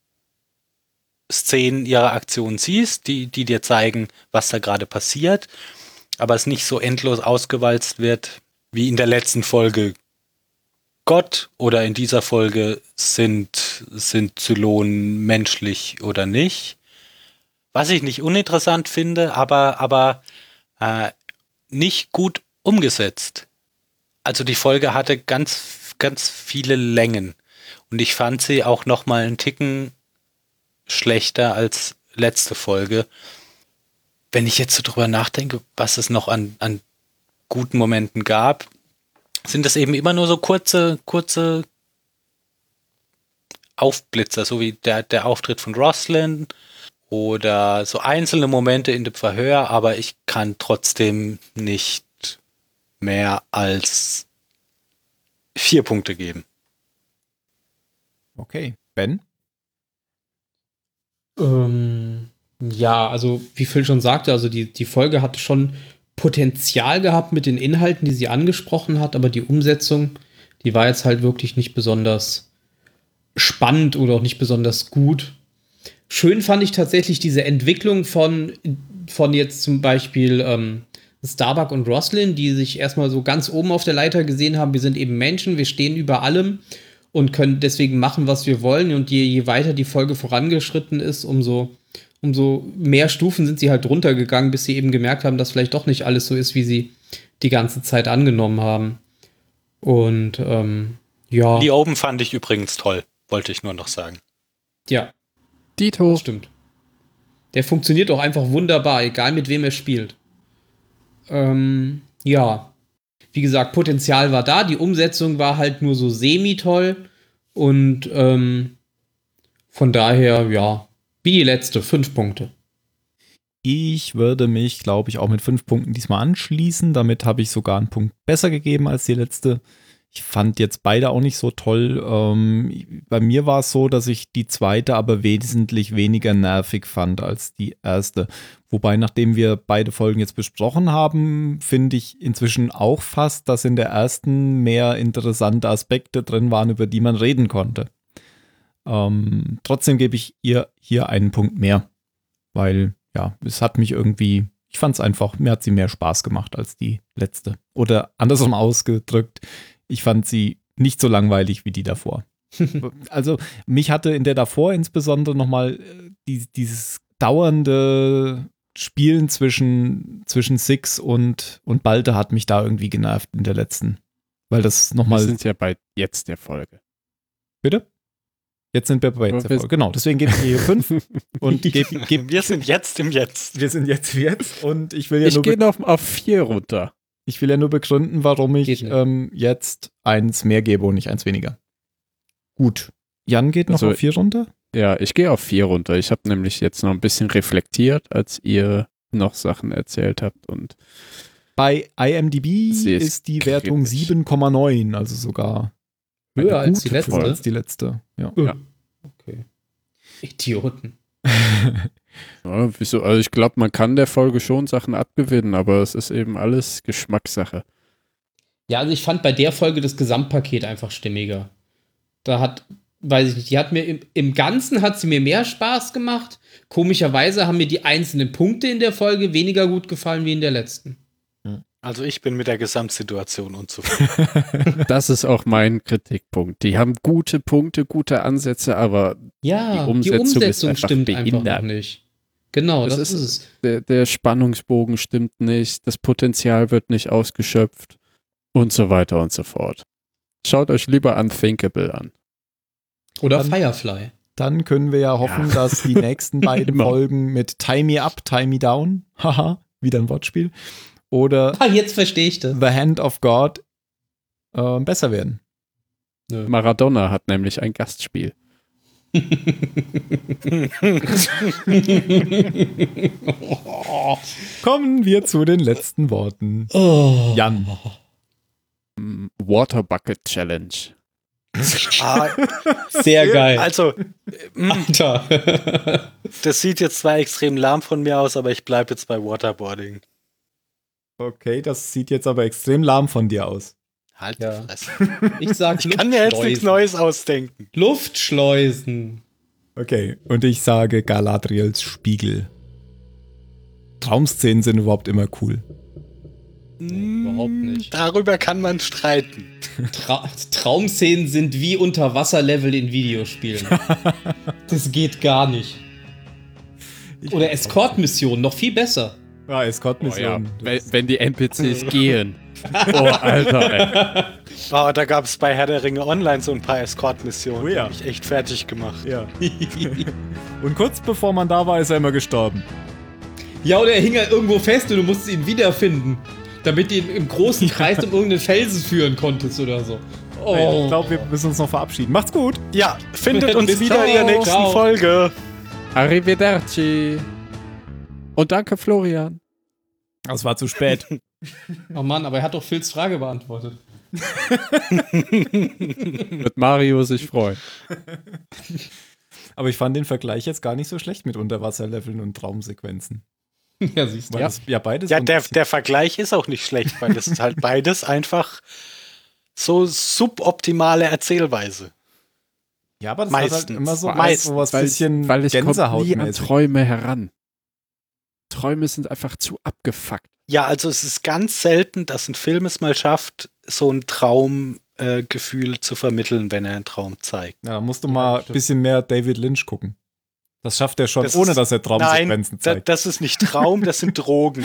Szenen ihrer Aktion siehst, die, die dir zeigen, was da gerade passiert, aber es nicht so endlos ausgewalzt wird, wie in der letzten Folge Gott oder in dieser Folge sind, sind Zylonen menschlich oder nicht. Was ich nicht uninteressant finde, aber, aber äh, nicht gut umgesetzt. Also die Folge hatte ganz, ganz viele Längen und ich fand sie auch noch mal einen Ticken schlechter als letzte Folge. Wenn ich jetzt so drüber nachdenke, was es noch an, an guten Momenten gab, sind das eben immer nur so kurze, kurze Aufblitzer, so wie der, der Auftritt von Roslin oder so einzelne Momente in dem Verhör, aber ich kann trotzdem nicht mehr als vier Punkte geben. Okay. Ben? Ähm, ja, also wie Phil schon sagte, also die, die Folge hatte schon Potenzial gehabt mit den Inhalten, die sie angesprochen hat, aber die Umsetzung, die war jetzt halt wirklich nicht besonders spannend oder auch nicht besonders gut. Schön fand ich tatsächlich diese Entwicklung von, von jetzt zum Beispiel ähm, Starbuck und Roslin, die sich erstmal so ganz oben auf der Leiter gesehen haben, wir sind eben Menschen, wir stehen über allem und können deswegen machen, was wir wollen. Und je, je weiter die Folge vorangeschritten ist, umso, umso mehr Stufen sind sie halt runtergegangen, bis sie eben gemerkt haben, dass vielleicht doch nicht alles so ist, wie sie die ganze Zeit angenommen haben. Und ähm, ja. Die Open fand ich übrigens toll, wollte ich nur noch sagen. Ja. Dito. Das stimmt. Der funktioniert auch einfach wunderbar, egal mit wem er spielt. Ähm, ja. Wie gesagt, Potenzial war da, die Umsetzung war halt nur so semi-toll und ähm, von daher, ja, wie die letzte, fünf Punkte. Ich würde mich, glaube ich, auch mit fünf Punkten diesmal anschließen. Damit habe ich sogar einen Punkt besser gegeben als die letzte. Ich fand jetzt beide auch nicht so toll. Ähm, bei mir war es so, dass ich die zweite aber wesentlich weniger nervig fand als die erste. Wobei, nachdem wir beide Folgen jetzt besprochen haben, finde ich inzwischen auch fast, dass in der ersten mehr interessante Aspekte drin waren, über die man reden konnte. Ähm, trotzdem gebe ich ihr hier einen Punkt mehr, weil ja, es hat mich irgendwie, ich fand es einfach, mir hat sie mehr Spaß gemacht als die letzte. Oder andersrum ausgedrückt, ich fand sie nicht so langweilig wie die davor. Also mich hatte in der davor insbesondere nochmal die, dieses dauernde Spielen zwischen, zwischen Six und, und Balder hat mich da irgendwie genervt in der letzten. Weil das nochmal. Wir sind ja bei jetzt der Folge. Bitte? Jetzt sind wir bei jetzt der Folge. Genau, deswegen gebe ich hier fünf. Und geb, geb, wir sind jetzt im Jetzt. Wir sind jetzt im Jetzt und ich will ja ich nur. Ich gehe auf, auf vier runter. Ich will ja nur begründen, warum ich ähm, jetzt eins mehr gebe und nicht eins weniger. Gut. Jan geht noch also, auf vier runter? Ja, ich gehe auf vier runter. Ich habe nämlich jetzt noch ein bisschen reflektiert, als ihr noch Sachen erzählt habt. Und bei IMDb ist, ist die Wertung sieben Komma neun, also sogar höher als die letzte. Als die letzte. Ja. ja. Okay. Idioten. Ja, wieso? Also ich glaube, man kann der Folge schon Sachen abgewinnen, aber es ist eben alles Geschmackssache. Ja, also ich fand bei der Folge das Gesamtpaket einfach stimmiger. Da hat, weiß ich nicht, die hat mir im, im Ganzen hat sie mir mehr Spaß gemacht. Komischerweise haben mir die einzelnen Punkte in der Folge weniger gut gefallen wie in der letzten. Hm. Also ich bin mit der Gesamtsituation unzufrieden. Das ist auch mein Kritikpunkt. Die haben gute Punkte, gute Ansätze, aber Ja, Die Umsetzung ist Umsetzung einfach stimmt einfach behindert. noch nicht. Genau, Das das, ist- ist es. der, der Spannungsbogen stimmt nicht, das Potenzial wird nicht ausgeschöpft und so weiter und so fort. Schaut euch lieber Unthinkable an. Oder Dann- Firefly. Dann können wir ja hoffen, Ja. dass die nächsten beiden Immer. Folgen mit Tie Me Up, Tie Me Down, haha, wieder ein Wortspiel, oder Ah, jetzt verstehe ich das. The Hand of God äh, besser werden. Nö. Maradona hat nämlich ein Gastspiel. Kommen wir zu den letzten Worten. Oh. Jan. Mm, Water Bucket Challenge. Ah, Sehr geil. also, mm, Alter. das sieht jetzt zwar extrem lahm von mir aus, aber ich bleibe jetzt bei Waterboarding. Okay, das sieht jetzt aber extrem lahm von dir aus. Halt Ja. die Fresse. Ich sag Ich kann mir jetzt nichts Luftschleusen. Neues ausdenken. Luftschleusen. Okay, und ich sage Galadriels Spiegel. Traumszenen sind überhaupt immer cool. überhaupt nicht. Darüber kann man streiten. Tra Traumszenen sind wie Unterwasserlevel in Videospielen. Das geht gar nicht. Oder Escort-Missionen, noch viel besser. Ja, Oh ja, Escort-Mission. wenn, wenn die N P Cs gehen. Oh, Alter, ey. Wow, da gab es bei Herr der Ringe Online so ein paar Escort-Missionen. Oh ja. Die haben mich echt fertig gemacht. Ja. Und kurz bevor man da war, ist er immer gestorben. Ja, oder er hing halt irgendwo fest und du musstest ihn wiederfinden. Damit du ihn im großen Kreis um irgendeinen Felsen führen konntest oder so. Oh. Ich glaube, wir müssen uns noch verabschieden. Macht's gut. Ja, findet uns Bis wieder ciao. in der nächsten Ciao. Folge. Arrivederci. Und danke, Florian. Das war zu spät. Oh Mann, aber er hat doch Phils Frage beantwortet. Wird Mario sich freuen. Aber ich fand den Vergleich jetzt gar nicht so schlecht mit Unterwasserleveln und Traumsequenzen. Ja, siehst du. Weil das ja beides. Ja, so ein der, bisschen- der Vergleich ist auch nicht schlecht, weil das ist halt beides einfach so suboptimale Erzählweise. ja, aber das meistens. hat halt immer so, Meistens. so was Weil, bisschen weil ich komme nie an Gänsehautmäßig. Träume heran. Träume sind einfach zu abgefuckt. Ja, also es ist ganz selten, dass ein Film es mal schafft, so ein Traumgefühl äh, Gefühl zu vermitteln, wenn er einen Traum zeigt. Ja, da musst du mal ein stimmt. bisschen mehr David Lynch gucken. Das schafft er schon, Das ohne ist- dass er Traumsequenzen Nein, da, zeigt. das ist nicht Traum, das sind Drogen.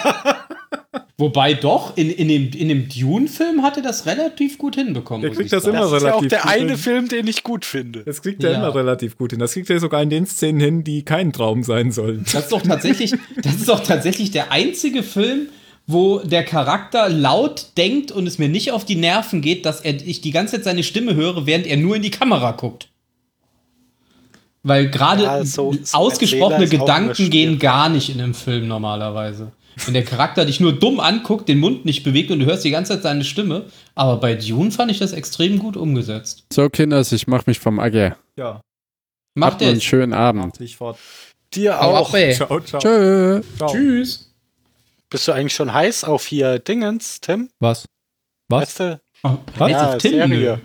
Wobei doch, in, in dem, in dem Dune-Film hat er das relativ gut hinbekommen. Der muss kriegt ich das sagen. immer Das ist ja auch relativ der gut eine hin. Film, den ich gut finde. Das kriegt er Ja. immer relativ gut hin. Das kriegt er sogar in den Szenen hin, die kein Traum sein sollen. Das ist doch tatsächlich, das ist doch tatsächlich der einzige Film, wo der Charakter laut denkt und es mir nicht auf die Nerven geht, dass er, ich die ganze Zeit seine Stimme höre, während er nur in die Kamera guckt. Weil gerade Ja, so- so ausgesprochene Erzähler ist auch Gedanken immer gehen schwierig. gar nicht in einem Film normalerweise. Wenn der Charakter dich nur dumm anguckt, den Mund nicht bewegt und du hörst die ganze Zeit seine Stimme. Aber bei Dune fand ich das extrem gut umgesetzt. So, Kinders, ich mach mich vom Acker. Ja, Macht Habt einen es. schönen Abend. mach dich fort. Dir Hau auch. ab, ey. Ciao, ciao. Tschö. Ciao. Tschüss. Bist du eigentlich schon heiß auf hier Dingens, Tim? Was? Was? Weißt du? Oh, Was? Ja, auf Tim, Serie.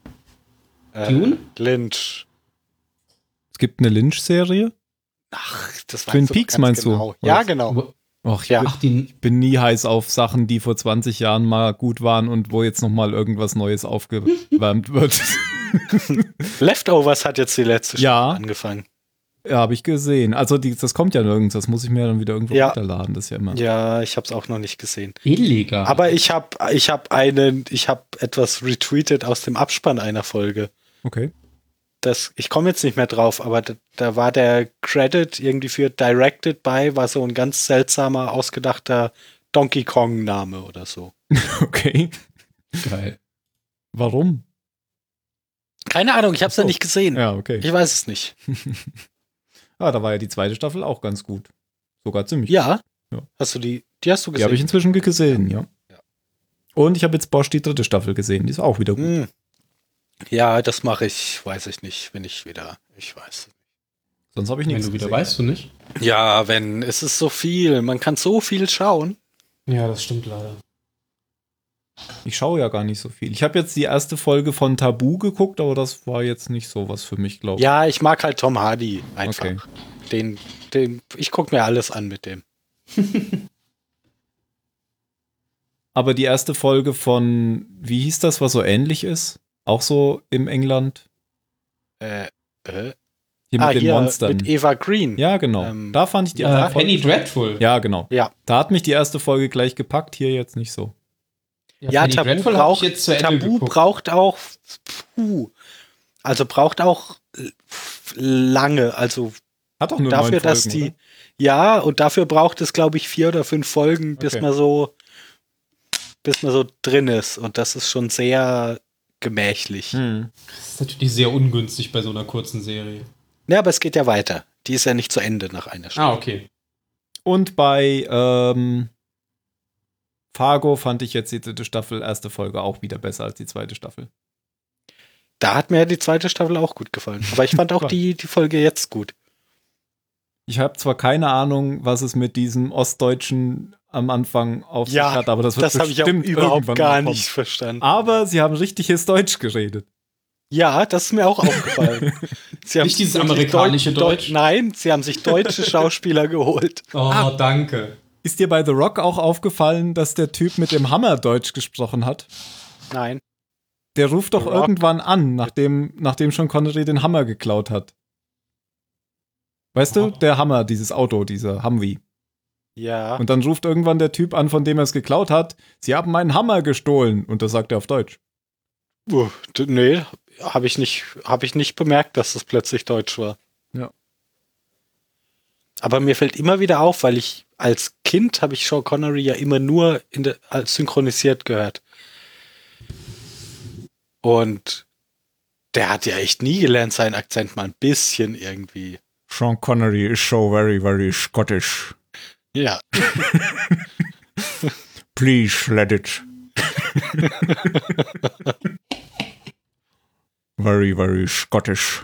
Dune? Äh, Lynch. Es gibt eine Lynch-Serie? Ach, das Twin weißt du doch Peaks ganz meinst du? genau. Ja, Was? genau. Och, ich Ja. bin, Ach, die, bin nie heiß auf Sachen, die vor zwanzig Jahren mal gut waren und wo jetzt nochmal irgendwas Neues aufgewärmt wird. Leftovers hat jetzt die letzte Staffel Ja. angefangen. Ja, habe ich gesehen. Also die, das kommt ja nirgends. Das muss ich mir dann wieder irgendwo Ja. runterladen. Das ist ja immer. Ja, ich habe es auch noch nicht gesehen. illegal. Aber ich habe ich hab einen, ich habe etwas retweetet aus dem Abspann einer Folge. Okay. Das, ich komme jetzt nicht mehr drauf, aber da, da war der Credit irgendwie für Directed by, war so ein ganz seltsamer, ausgedachter Donkey Kong-Name oder so. Okay. geil. Warum? Keine Ahnung, ich habe es Ach so. ja nicht gesehen. Ja, okay. Ich weiß es nicht. Ah, da war ja die zweite Staffel auch ganz gut. Sogar ziemlich. Ja? Ja. Hast du die, die hast du Die gesehen? habe ich inzwischen gesehen, ja. Ja. Und ich habe jetzt Bosch die dritte Staffel gesehen. Die ist auch wieder gut. Hm. Ja, das mache ich, weiß ich nicht, wenn ich wieder, ich weiß. Sonst habe ich Wenn nichts du wieder gesehen. weißt du nicht. Ja, wenn, es ist so viel, man kann so viel schauen. Ja, das stimmt leider. Ich schaue ja gar nicht so viel. Ich habe jetzt die erste Folge von Tabu geguckt, aber das war jetzt nicht so was für mich, glaube ich. Ja, ich mag halt Tom Hardy einfach. Okay. Den, den, ich gucke mir alles an mit dem. aber die erste Folge von, wie hieß das, was so ähnlich ist? Auch so im England? Äh, äh. Hier ah, mit den hier Monstern. mit Eva Green. Ja, genau. Ähm, da fand ich die Äh, erste Folge. Penny Dreadful. Ja, genau. Ja. Da hat mich die erste Folge gleich gepackt, hier jetzt nicht so. Ja, Penny Tabu, Dreadful hab braucht, ich jetzt zu Ende Tabu geguckt. braucht auch, puh, also braucht auch lange, also Hat doch nur dafür, neun dass Folgen, die, oder? ja, und dafür braucht es, glaube ich, vier oder fünf Folgen, bis Okay. man so, bis man so drin ist. Und das ist schon sehr gemächlich. Hm. Das ist natürlich sehr ungünstig bei so einer kurzen Serie. Ja, aber es geht ja weiter. Die ist ja nicht zu Ende nach einer Stunde. Ah, okay. Und bei ähm, Fargo fand ich jetzt die dritte Staffel, erste Folge auch wieder besser als die zweite Staffel. Da hat mir ja die zweite Staffel auch gut gefallen. Aber ich fand auch die, die Folge jetzt gut. Ich habe zwar keine Ahnung, was es mit diesem Ostdeutschen am Anfang auf sich Ja, hat, aber das wird Das habe ich auch bestimmt überhaupt irgendwann gar mal kommen. nicht verstanden. Aber sie haben richtiges Deutsch geredet. Ja, das ist mir auch aufgefallen. Sie haben Nicht dieses wirklich amerikanische Deu- Deutsch? Deu- Nein, sie haben sich deutsche Schauspieler geholt. Oh, danke. Ist dir bei The Rock auch aufgefallen, dass der Typ mit dem Hammer Deutsch gesprochen hat? Nein. Der ruft doch The Rock? irgendwann an, nachdem, nachdem Sean Connery den Hammer geklaut hat. Weißt Oh. du, der Hammer, dieses Auto, dieser Humvee. Ja. Und dann ruft irgendwann der Typ an, von dem er es geklaut hat, sie haben meinen Hammer gestohlen. Und das sagt er auf Deutsch. Uh, d- nee, habe ich nicht, habe ich nicht bemerkt, dass das plötzlich Deutsch war. Ja. Aber mir fällt immer wieder auf, weil ich als Kind habe ich Sean Connery ja immer nur in der, als synchronisiert gehört. Und der hat ja echt nie gelernt, seinen Akzent mal ein bisschen irgendwie. Sean Connery is so very, very Scottish. Ja. Please let it. Very, very Scottish.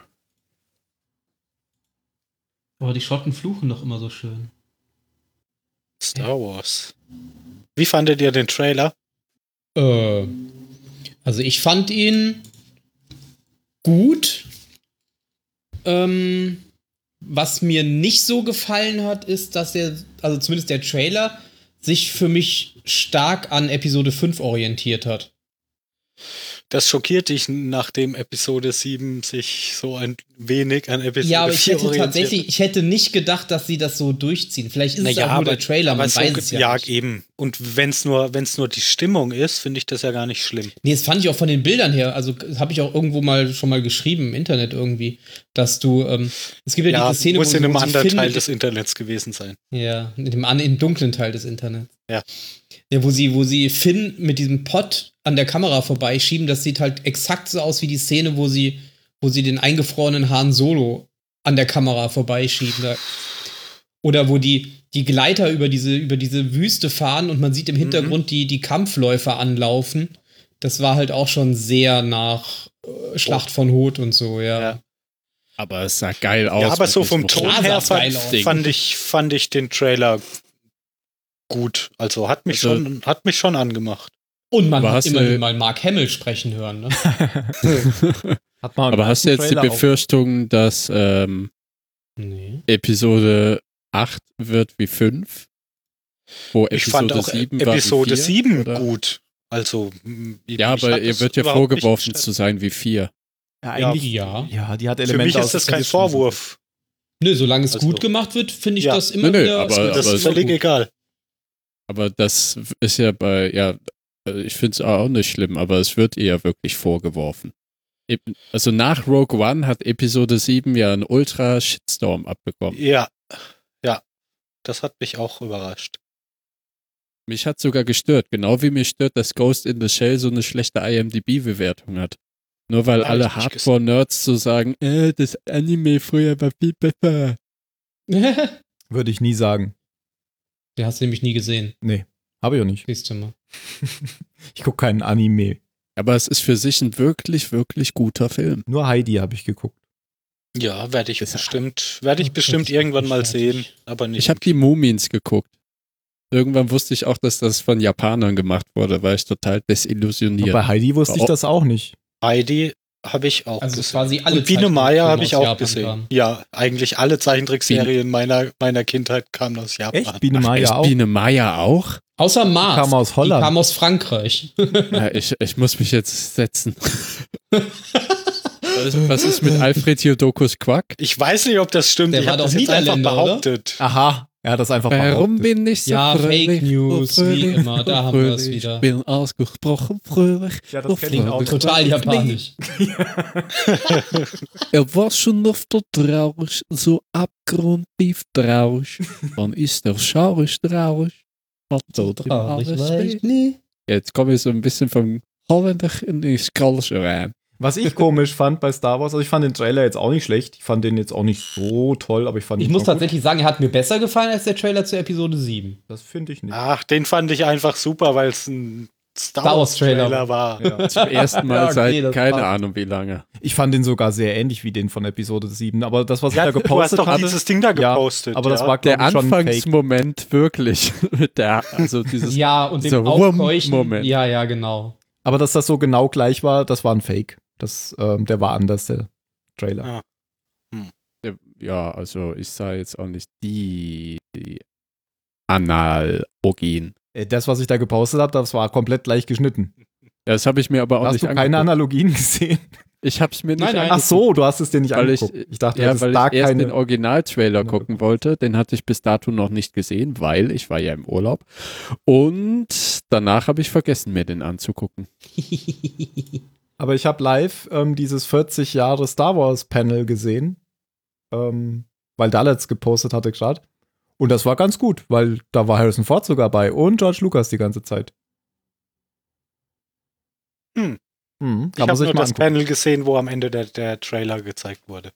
Aber die Schotten fluchen doch immer so schön. Star Wars. Wie fandet ihr den Trailer? Äh, also ich fand ihn gut. Ähm, was mir nicht so gefallen hat, ist, dass er, also zumindest der Trailer, sich für mich stark an Episode fünf orientiert hat. Das schockiert dich, nachdem Episode sieben sich so ein wenig an Episode Ja, aber ich vier hätte orientiert. tatsächlich, ich hätte nicht gedacht, dass sie das so durchziehen. Vielleicht ist es Naja, auch nur aber- der Trailer, aber man so weiß ge- es ja, ja nicht. eben. Und wenn es nur, wenn's nur die Stimmung ist, finde ich das ja gar nicht schlimm. Nee, das fand ich auch von den Bildern her, also habe ich auch irgendwo mal schon mal geschrieben im Internet irgendwie, dass du, ähm, es gibt ja, Ja, diese Szene, muss wo, in einem wo sie anderen Finn Teil mit- des Internets gewesen sein. Ja, in dem an, im dunklen Teil des Internets. Ja. Ja, wo sie, wo sie Finn mit diesem Pott an der Kamera vorbeischieben, das sieht halt exakt so aus wie die Szene, wo sie, wo sie den eingefrorenen Han Solo an der Kamera vorbeischieben. Da. Oder wo die, die Gleiter über diese, über diese Wüste fahren und man sieht im Hintergrund die, die Kampfläufer anlaufen. Das war halt auch schon sehr nach äh, Schlacht von Hoth und so, ja. Ja. Aber es sah geil aus. Ja, aber mit so diesem vom Ton Klar her sah's geil fand, aus. fand, ich, fand ich den Trailer gut. Also hat mich, Also- schon, hat mich schon angemacht. Und man Aber hat hast du- immerhin mal Mark Hamill sprechen hören, ne? Hat man Aber hast du jetzt die Befürchtung, dass ähm, Nee. Episode acht wird wie fünf? Wo Ich Episode fand auch sieben war Episode wie vier, sieben oder? gut. Also, m- Ja, mich aber hat ihr das wird ja überhaupt nicht vorgeworfen gestört. zu sein wie vier. Ja, eigentlich, Ja. ja, die hat Für Elemente mich aus ist das der kein Sitcom. Vorwurf. Nö, solange es Also- gut gemacht wird, finde ich Ja. das immer Nö, nö, wieder. aber- es- Das aber ist so völlig gut. egal. Aber das ist ja bei, ja, äh, ich finde es auch nicht schlimm, aber es wird ihr wirklich vorgeworfen. Ep- Also nach Rogue One hat Episode sieben ja einen Ultra-Shitstorm abbekommen. Ja, ja. Das hat mich auch überrascht. Mich hat sogar gestört, genau wie mich stört, dass Ghost in the Shell so eine schlechte I M D B-Bewertung hat. Nur weil Ja, alle hab ich nicht Hardcore-Nerds so sagen, äh, das Anime früher war viel besser. Würde ich nie sagen. Der hast du nämlich nie gesehen. Nee, habe ich auch nicht. Siehst du mal. Ich gucke keinen Anime. Aber es ist für sich ein wirklich, wirklich guter Film. Nur Heidi habe ich geguckt. Ja, werde ich Das- bestimmt, werde ich Oh, bestimmt das ist irgendwann mal fertig. sehen, aber nicht. Ich habe die Mumins geguckt. Irgendwann wusste ich auch, dass das von Japanern gemacht wurde, war ich total Und desillusioniert. bei Heidi wusste ich Oh. das auch nicht. Heidi habe ich auch Also gesehen. quasi alle Und Biene Zeichentrickfilme Maya habe aus ich auch Japan gesehen. kamen. Ja, eigentlich alle Zeichentrickserien meiner, meiner Kindheit kamen aus Japan. Echt? Biene Ach, Maya echt, auch? Biene Maya auch? Außer Mars. Die kam aus Holland. Die kam aus Frankreich. Ja, ich, ich muss mich jetzt setzen. was, was ist mit Alfred Jodokus Quack? Ich weiß nicht, ob das stimmt. Der ich war habe doch das jetzt einfach Niederländer, behauptet. Aha, er hat das einfach Warum behauptet. bin ich so Ja, fröhlich? Fake News, so fröhlich, wie immer, da so haben wir es fröhlich, wieder. Ich bin ausgesprochen fröhlich. Ja, das so kenn ich auch. fröhlich. Total japanisch. Er war schon öfter traurig, so abgrundtief traurig. Dann ist er schaurig traurig. Wat tut ihm alles weh? Jetzt komme ich so ein bisschen vom Holländer in die Skalsche rein. Was ich komisch fand bei Star Wars, also ich fand den Trailer jetzt auch nicht schlecht. Ich fand den jetzt auch nicht so toll, aber ich fand Ich ihn muss schon tatsächlich sagen, er hat mir besser gefallen als der Trailer zu Episode sieben. gut. Das finde ich nicht. Ach, den fand ich einfach super, weil es ein Star, Star Wars Wars Trailer Trailer war. Ja. Zum ersten Mal Ja, okay, seit das keine passt. Ahnung wie lange. Ich fand den sogar sehr ähnlich wie den von Episode sieben, aber das, was Ja, ich da du hast gepostet doch habe, dieses Ding da ja, gepostet. aber das ja. war, Der glaube ich, schon fake. Anfangsmoment wirklich mit der, also dieses Ja, und dieser dem Aufkeuchen. Moment. Ja, ja, genau. Aber dass das so genau gleich war, das war ein Fake. Das, ähm, der war anders, der Trailer. Ja. Ja, also ich sah jetzt auch nicht die, die Analogien. Äh, Das, was ich da gepostet habe, das war komplett gleich geschnitten. Das habe ich mir aber auch Hast nicht du keine angeguckt. Analogien gesehen? Ich habe es mir nicht Nein, nein. Ach angeguckt. so, du hast es dir nicht Weil ich, angeguckt. Ich, dachte, du ja, hättest weil da ich erst keine. den Originaltrailer Ja. gucken wollte. Den hatte ich bis dato noch nicht gesehen, weil ich war ja im Urlaub. Und danach habe ich vergessen, mir den anzugucken. Aber ich habe live ähm, dieses vierzig Jahre Star Wars Panel gesehen, ähm, weil Dallas gepostet hatte gerade. Und das war ganz gut, weil da war Harrison Ford sogar bei und George Lucas die ganze Zeit. Hm. Hm, Ich kann man habe sich nur mal das angucken. Panel gesehen, wo am Ende der, der Trailer gezeigt wurde.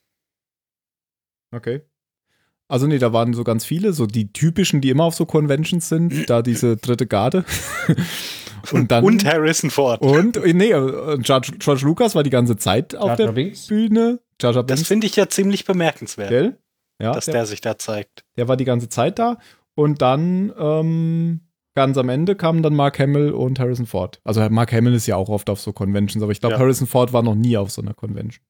Okay. Also nee, da waren so ganz viele, so die typischen, die immer auf so Conventions sind, da diese dritte Garde. Und dann Und Harrison Ford. und äh, nee, äh, George, George Lucas war die ganze Zeit auf Jar der Jar Binks? Bühne. Jar Jar Das Binks, finde ich ja ziemlich bemerkenswert, gell? Ja, dass der, der sich da zeigt. der war die ganze Zeit da. Und dann ähm, ganz am Ende kamen dann Mark Hamill und Harrison Ford. Also Mark Hamill ist ja auch oft auf so Conventions, aber ich glaube, Ja. Harrison Ford war noch nie auf so einer Convention.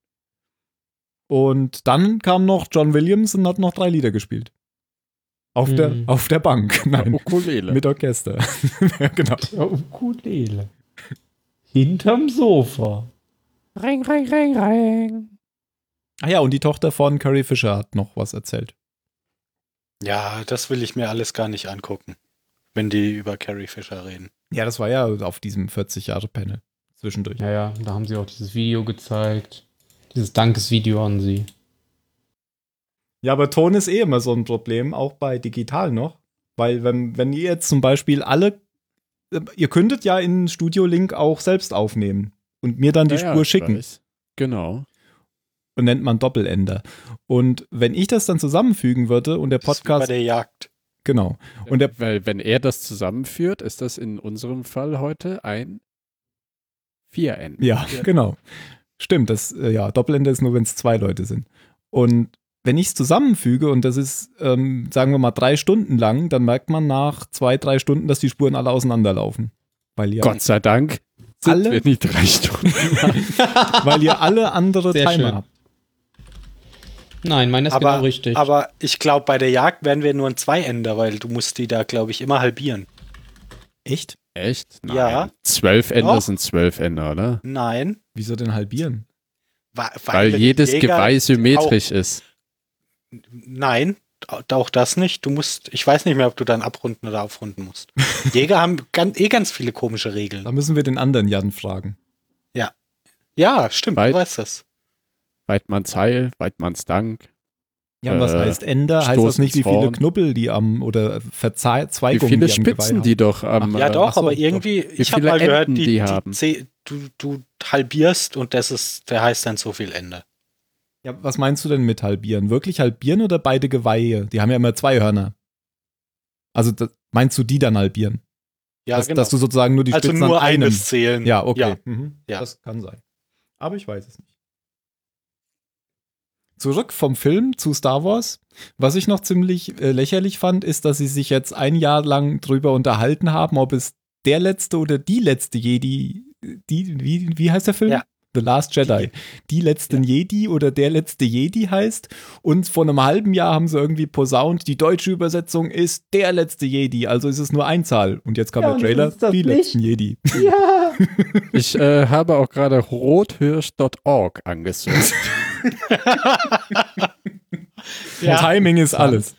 Und dann kam noch John Williams und hat noch drei Lieder gespielt. Auf, Hm. der, auf der Bank. Nein, Ukulele. mit Orchester. Ja, genau. Ja, Ukulele. Hinterm Sofa. Ring, ring, ring, ring. Ah ja, und die Tochter von Carrie Fisher hat noch was erzählt. Ja, das will ich mir alles gar nicht angucken, wenn die über Carrie Fisher reden. Ja, das war ja auf diesem vierzig Jahre Panel zwischendurch. Ja, ja, da haben sie auch dieses Video gezeigt. Dieses Dankesvideo an sie. Ja, aber Ton ist eh immer so ein Problem, auch bei digital noch. Weil wenn, wenn ihr jetzt zum Beispiel alle, äh, ihr könntet ja in Studio Link auch selbst aufnehmen und mir dann die Ja, ja, Spur ich schicken. weiß. Genau. Und nennt man Doppelender. Und wenn ich das dann zusammenfügen würde und der Das ist wie Podcast, bei der Jagd. genau. Und der, Weil wenn er das zusammenführt, ist das in unserem Fall heute ein Vierend. ja, genau. Stimmt, das, äh, ja, Doppelender ist nur, wenn es zwei Leute sind. Und wenn ich es zusammenfüge und das ist, ähm, sagen wir mal, drei Stunden lang, dann merkt man nach zwei, drei Stunden, dass die Spuren alle auseinanderlaufen. Weil ihr, Gott sei Dank sind Alle- wir nicht drei Stunden lang. weil ihr alle andere Sehr Timer schön. habt. Nein, meiner ist Aber, genau richtig. aber ich glaube, bei der Jagd werden wir nur ein Zweiender, weil du musst die da, glaube ich, immer halbieren. Echt? Echt? Nein. Ja. Zwölf Ender Doch. sind zwölf Ender, oder? Nein. Wieso denn halbieren? Wa- Weil der jedes Jäger Geweih symmetrisch auch, ist. Nein, auch das nicht. Du musst, ich weiß nicht mehr, ob du dann abrunden oder aufrunden musst. Jäger haben ganz, eh ganz viele komische Regeln. Da müssen wir den anderen Jan fragen. Ja, stimmt, Weit- du weißt das. Weidmanns Heil, Weidmanns Dank. Ja, und was Äh, heißt Ender? Heißt das stoßen nicht, wie ins viele Horn. Knubbel die am, oder Wie Verzweigungen viele die am Geweih Spitzen haben? die doch am. Ja, äh, doch, ach so, aber doch. irgendwie, Wie ich habe viele mal gehört, Enden die, die die haben. Zeh- du, du halbierst und das ist, der heißt dann so viel Ende. Ja, was meinst du denn mit halbieren? Wirklich halbieren oder beide Geweihe? Die haben ja immer zwei Hörner. Also das, meinst du die dann halbieren? Ja, dass, genau. dass du sozusagen nur die Also Spitzen nur an einem. eines zählen. Ja, okay. Ja. Mhm. Ja. Das kann sein. Aber ich weiß es nicht. Zurück vom Film zu Star Wars. Was ich noch ziemlich äh, lächerlich fand, ist, dass sie sich jetzt ein Jahr lang drüber unterhalten haben, ob es der letzte oder die letzte Jedi, die, wie, wie heißt der Film? Ja. The Last Jedi. Die letzten Jedi oder der letzte Jedi heißt. Und vor einem halben Jahr haben sie irgendwie posaunt, die deutsche Übersetzung ist der letzte Jedi. Also ist es nur Einzahl. Und jetzt kam Ja, der Trailer, und ist das die nicht? letzten Jedi. Ja. Ich äh, habe auch gerade rothirsch Punkt org angesucht. Ja. Timing ist alles.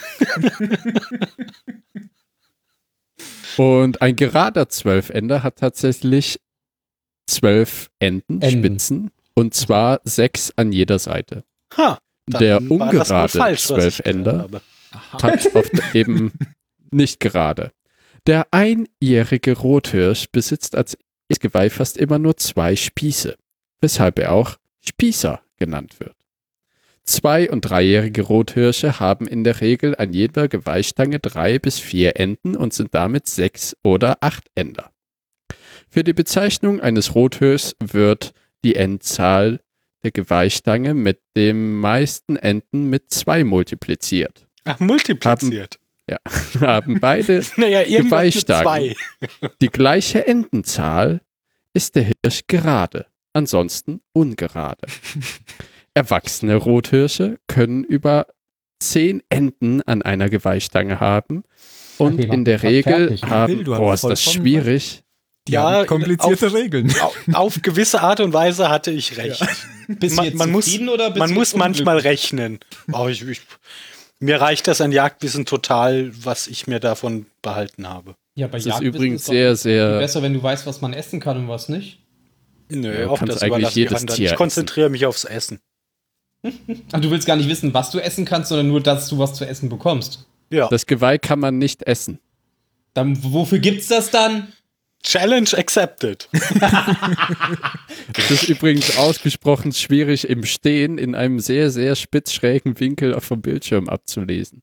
Und ein gerader Zwölfender hat tatsächlich zwölf Enden, Enden. Spitzen, und zwar sechs an jeder Seite. Ha, dann Der war das wohl ungerade falsch, was ich Zwölfender gehört habe. hat oft eben nicht gerade. Der einjährige Rothirsch besitzt als Geweih fast immer nur zwei Spieße, weshalb er auch Spießer genannt wird. Zwei- und dreijährige Rothirsche haben in der Regel an jeder Geweihstange drei bis vier Enden und sind damit sechs oder acht Ender. Für die Bezeichnung eines Rothirschs wird die Endzahl der Geweihstange mit den meisten Enden mit zwei multipliziert. Ach, multipliziert. Haben beide naja, irgendwas mit Geweihstangen. zwei. die gleiche Endenzahl, ist der Hirsch gerade, ansonsten ungerade. Erwachsene Rothirsche können über zehn Enden an einer Geweihstange haben und Okay, in der mach Regel fertig. haben, Will, du hast boah, ist das vollkommen schwierig. Die Ja, haben komplizierte auf- Regeln. Auf, auf gewisse Art und Weise hatte ich recht. Bist Man- du jetzt man muss- zufrieden oder bist Man du muss jetzt manchmal unglücklich? rechnen. Oh, ich, ich, mir reicht das an Jagdwissen total, was ich mir davon behalten habe. Ja, bei Das ist Jagdwissen übrigens doch sehr, viel sehr, besser, wenn du weißt, was man essen kann und was nicht. Nö, Ja, du auch kannst das eigentlich überlasse ich jedes anderen. Tier Ich konzentriere mich aufs Essen. Ach, du willst gar nicht wissen, was du essen kannst, sondern nur, dass du was zu essen bekommst. Ja. das Geweih kann man nicht essen. Dann, wofür gibt's das dann? Challenge accepted. Das ist übrigens ausgesprochen schwierig im Stehen in einem sehr, sehr spitz schrägen Winkel vom Bildschirm abzulesen.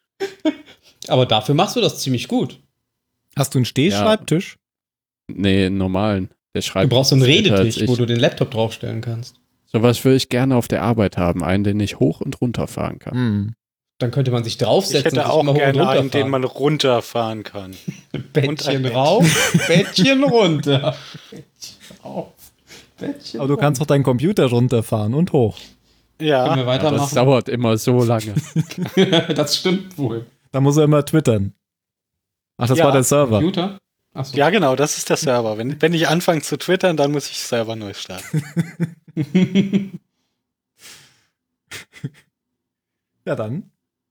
Aber dafür machst du das ziemlich gut. Hast du einen Stehschreibtisch? Nee, einen normalen. Der Du schreibt brauchst so einen älter als Redetisch, ich. wo du den Laptop draufstellen kannst. Sowas würde ich gerne auf der Arbeit haben. Einen, den ich hoch und runter fahren kann. Hm. Dann könnte man sich Ich draufsetzen hätte und sich auch immer hoch und gerne runter einen, den fahren. man runterfahren kann. Bettchen ein Bett. rauf, Bettchen runter. Bettchen rauf, Bettchen Aber du kannst doch deinen Computer runterfahren und hoch. Können wir Ja, Ja, das weitermachen? dauert immer so lange. Das stimmt wohl. Da muss er immer twittern. Ach, das Ja. war der Server. Computer? Achso. ja, genau, das ist der Server. Wenn, wenn ich anfange zu twittern, dann muss ich Server neu starten. Ja, dann.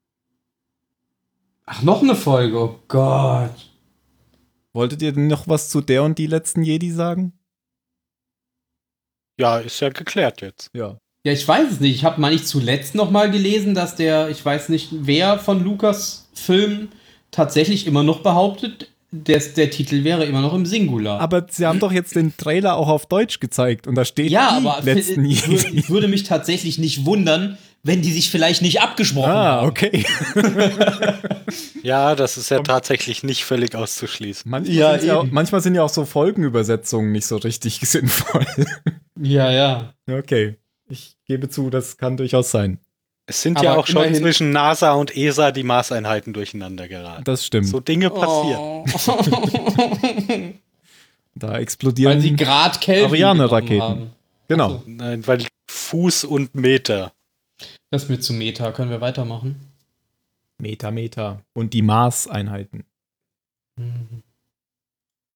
Ach, noch eine Folge. Oh Gott. Wolltet ihr denn noch was zu der und die letzten Jedi sagen? Ja, ist ja geklärt jetzt. Ja. Ja, ich weiß es nicht. Ich habe mal nicht zuletzt noch mal gelesen, dass der, ich weiß nicht, wer von Lukas Film tatsächlich immer noch behauptet, der, der Titel wäre immer noch im Singular. Aber sie haben doch jetzt den Trailer auch auf Deutsch gezeigt und da steht ja, die aber letzten ich würde, Jedi. ich würde mich tatsächlich nicht wundern, wenn die sich vielleicht nicht abgesprochen Ah, haben. okay. Ja, das ist ja tatsächlich nicht völlig auszuschließen. Manchmal, Ja, sind's ja auch, eben. manchmal sind ja auch so Folgenübersetzungen nicht so richtig sinnvoll. Ja, ja. Okay. Ich gebe zu, das kann durchaus sein. Es sind Aber ja auch schon immerhin- zwischen NASA und E S A die Maßeinheiten durcheinander geraten. Das stimmt. So Dinge passieren. Oh. Da explodieren. Weil sie Grad Kelvin Ariane-Raketen. genommen haben. Genau. Ach so. Nein, weil Fuß und Meter. Das ist mir zu Meta. Können wir weitermachen? Meter, Meter. Und die Maßeinheiten. Mhm.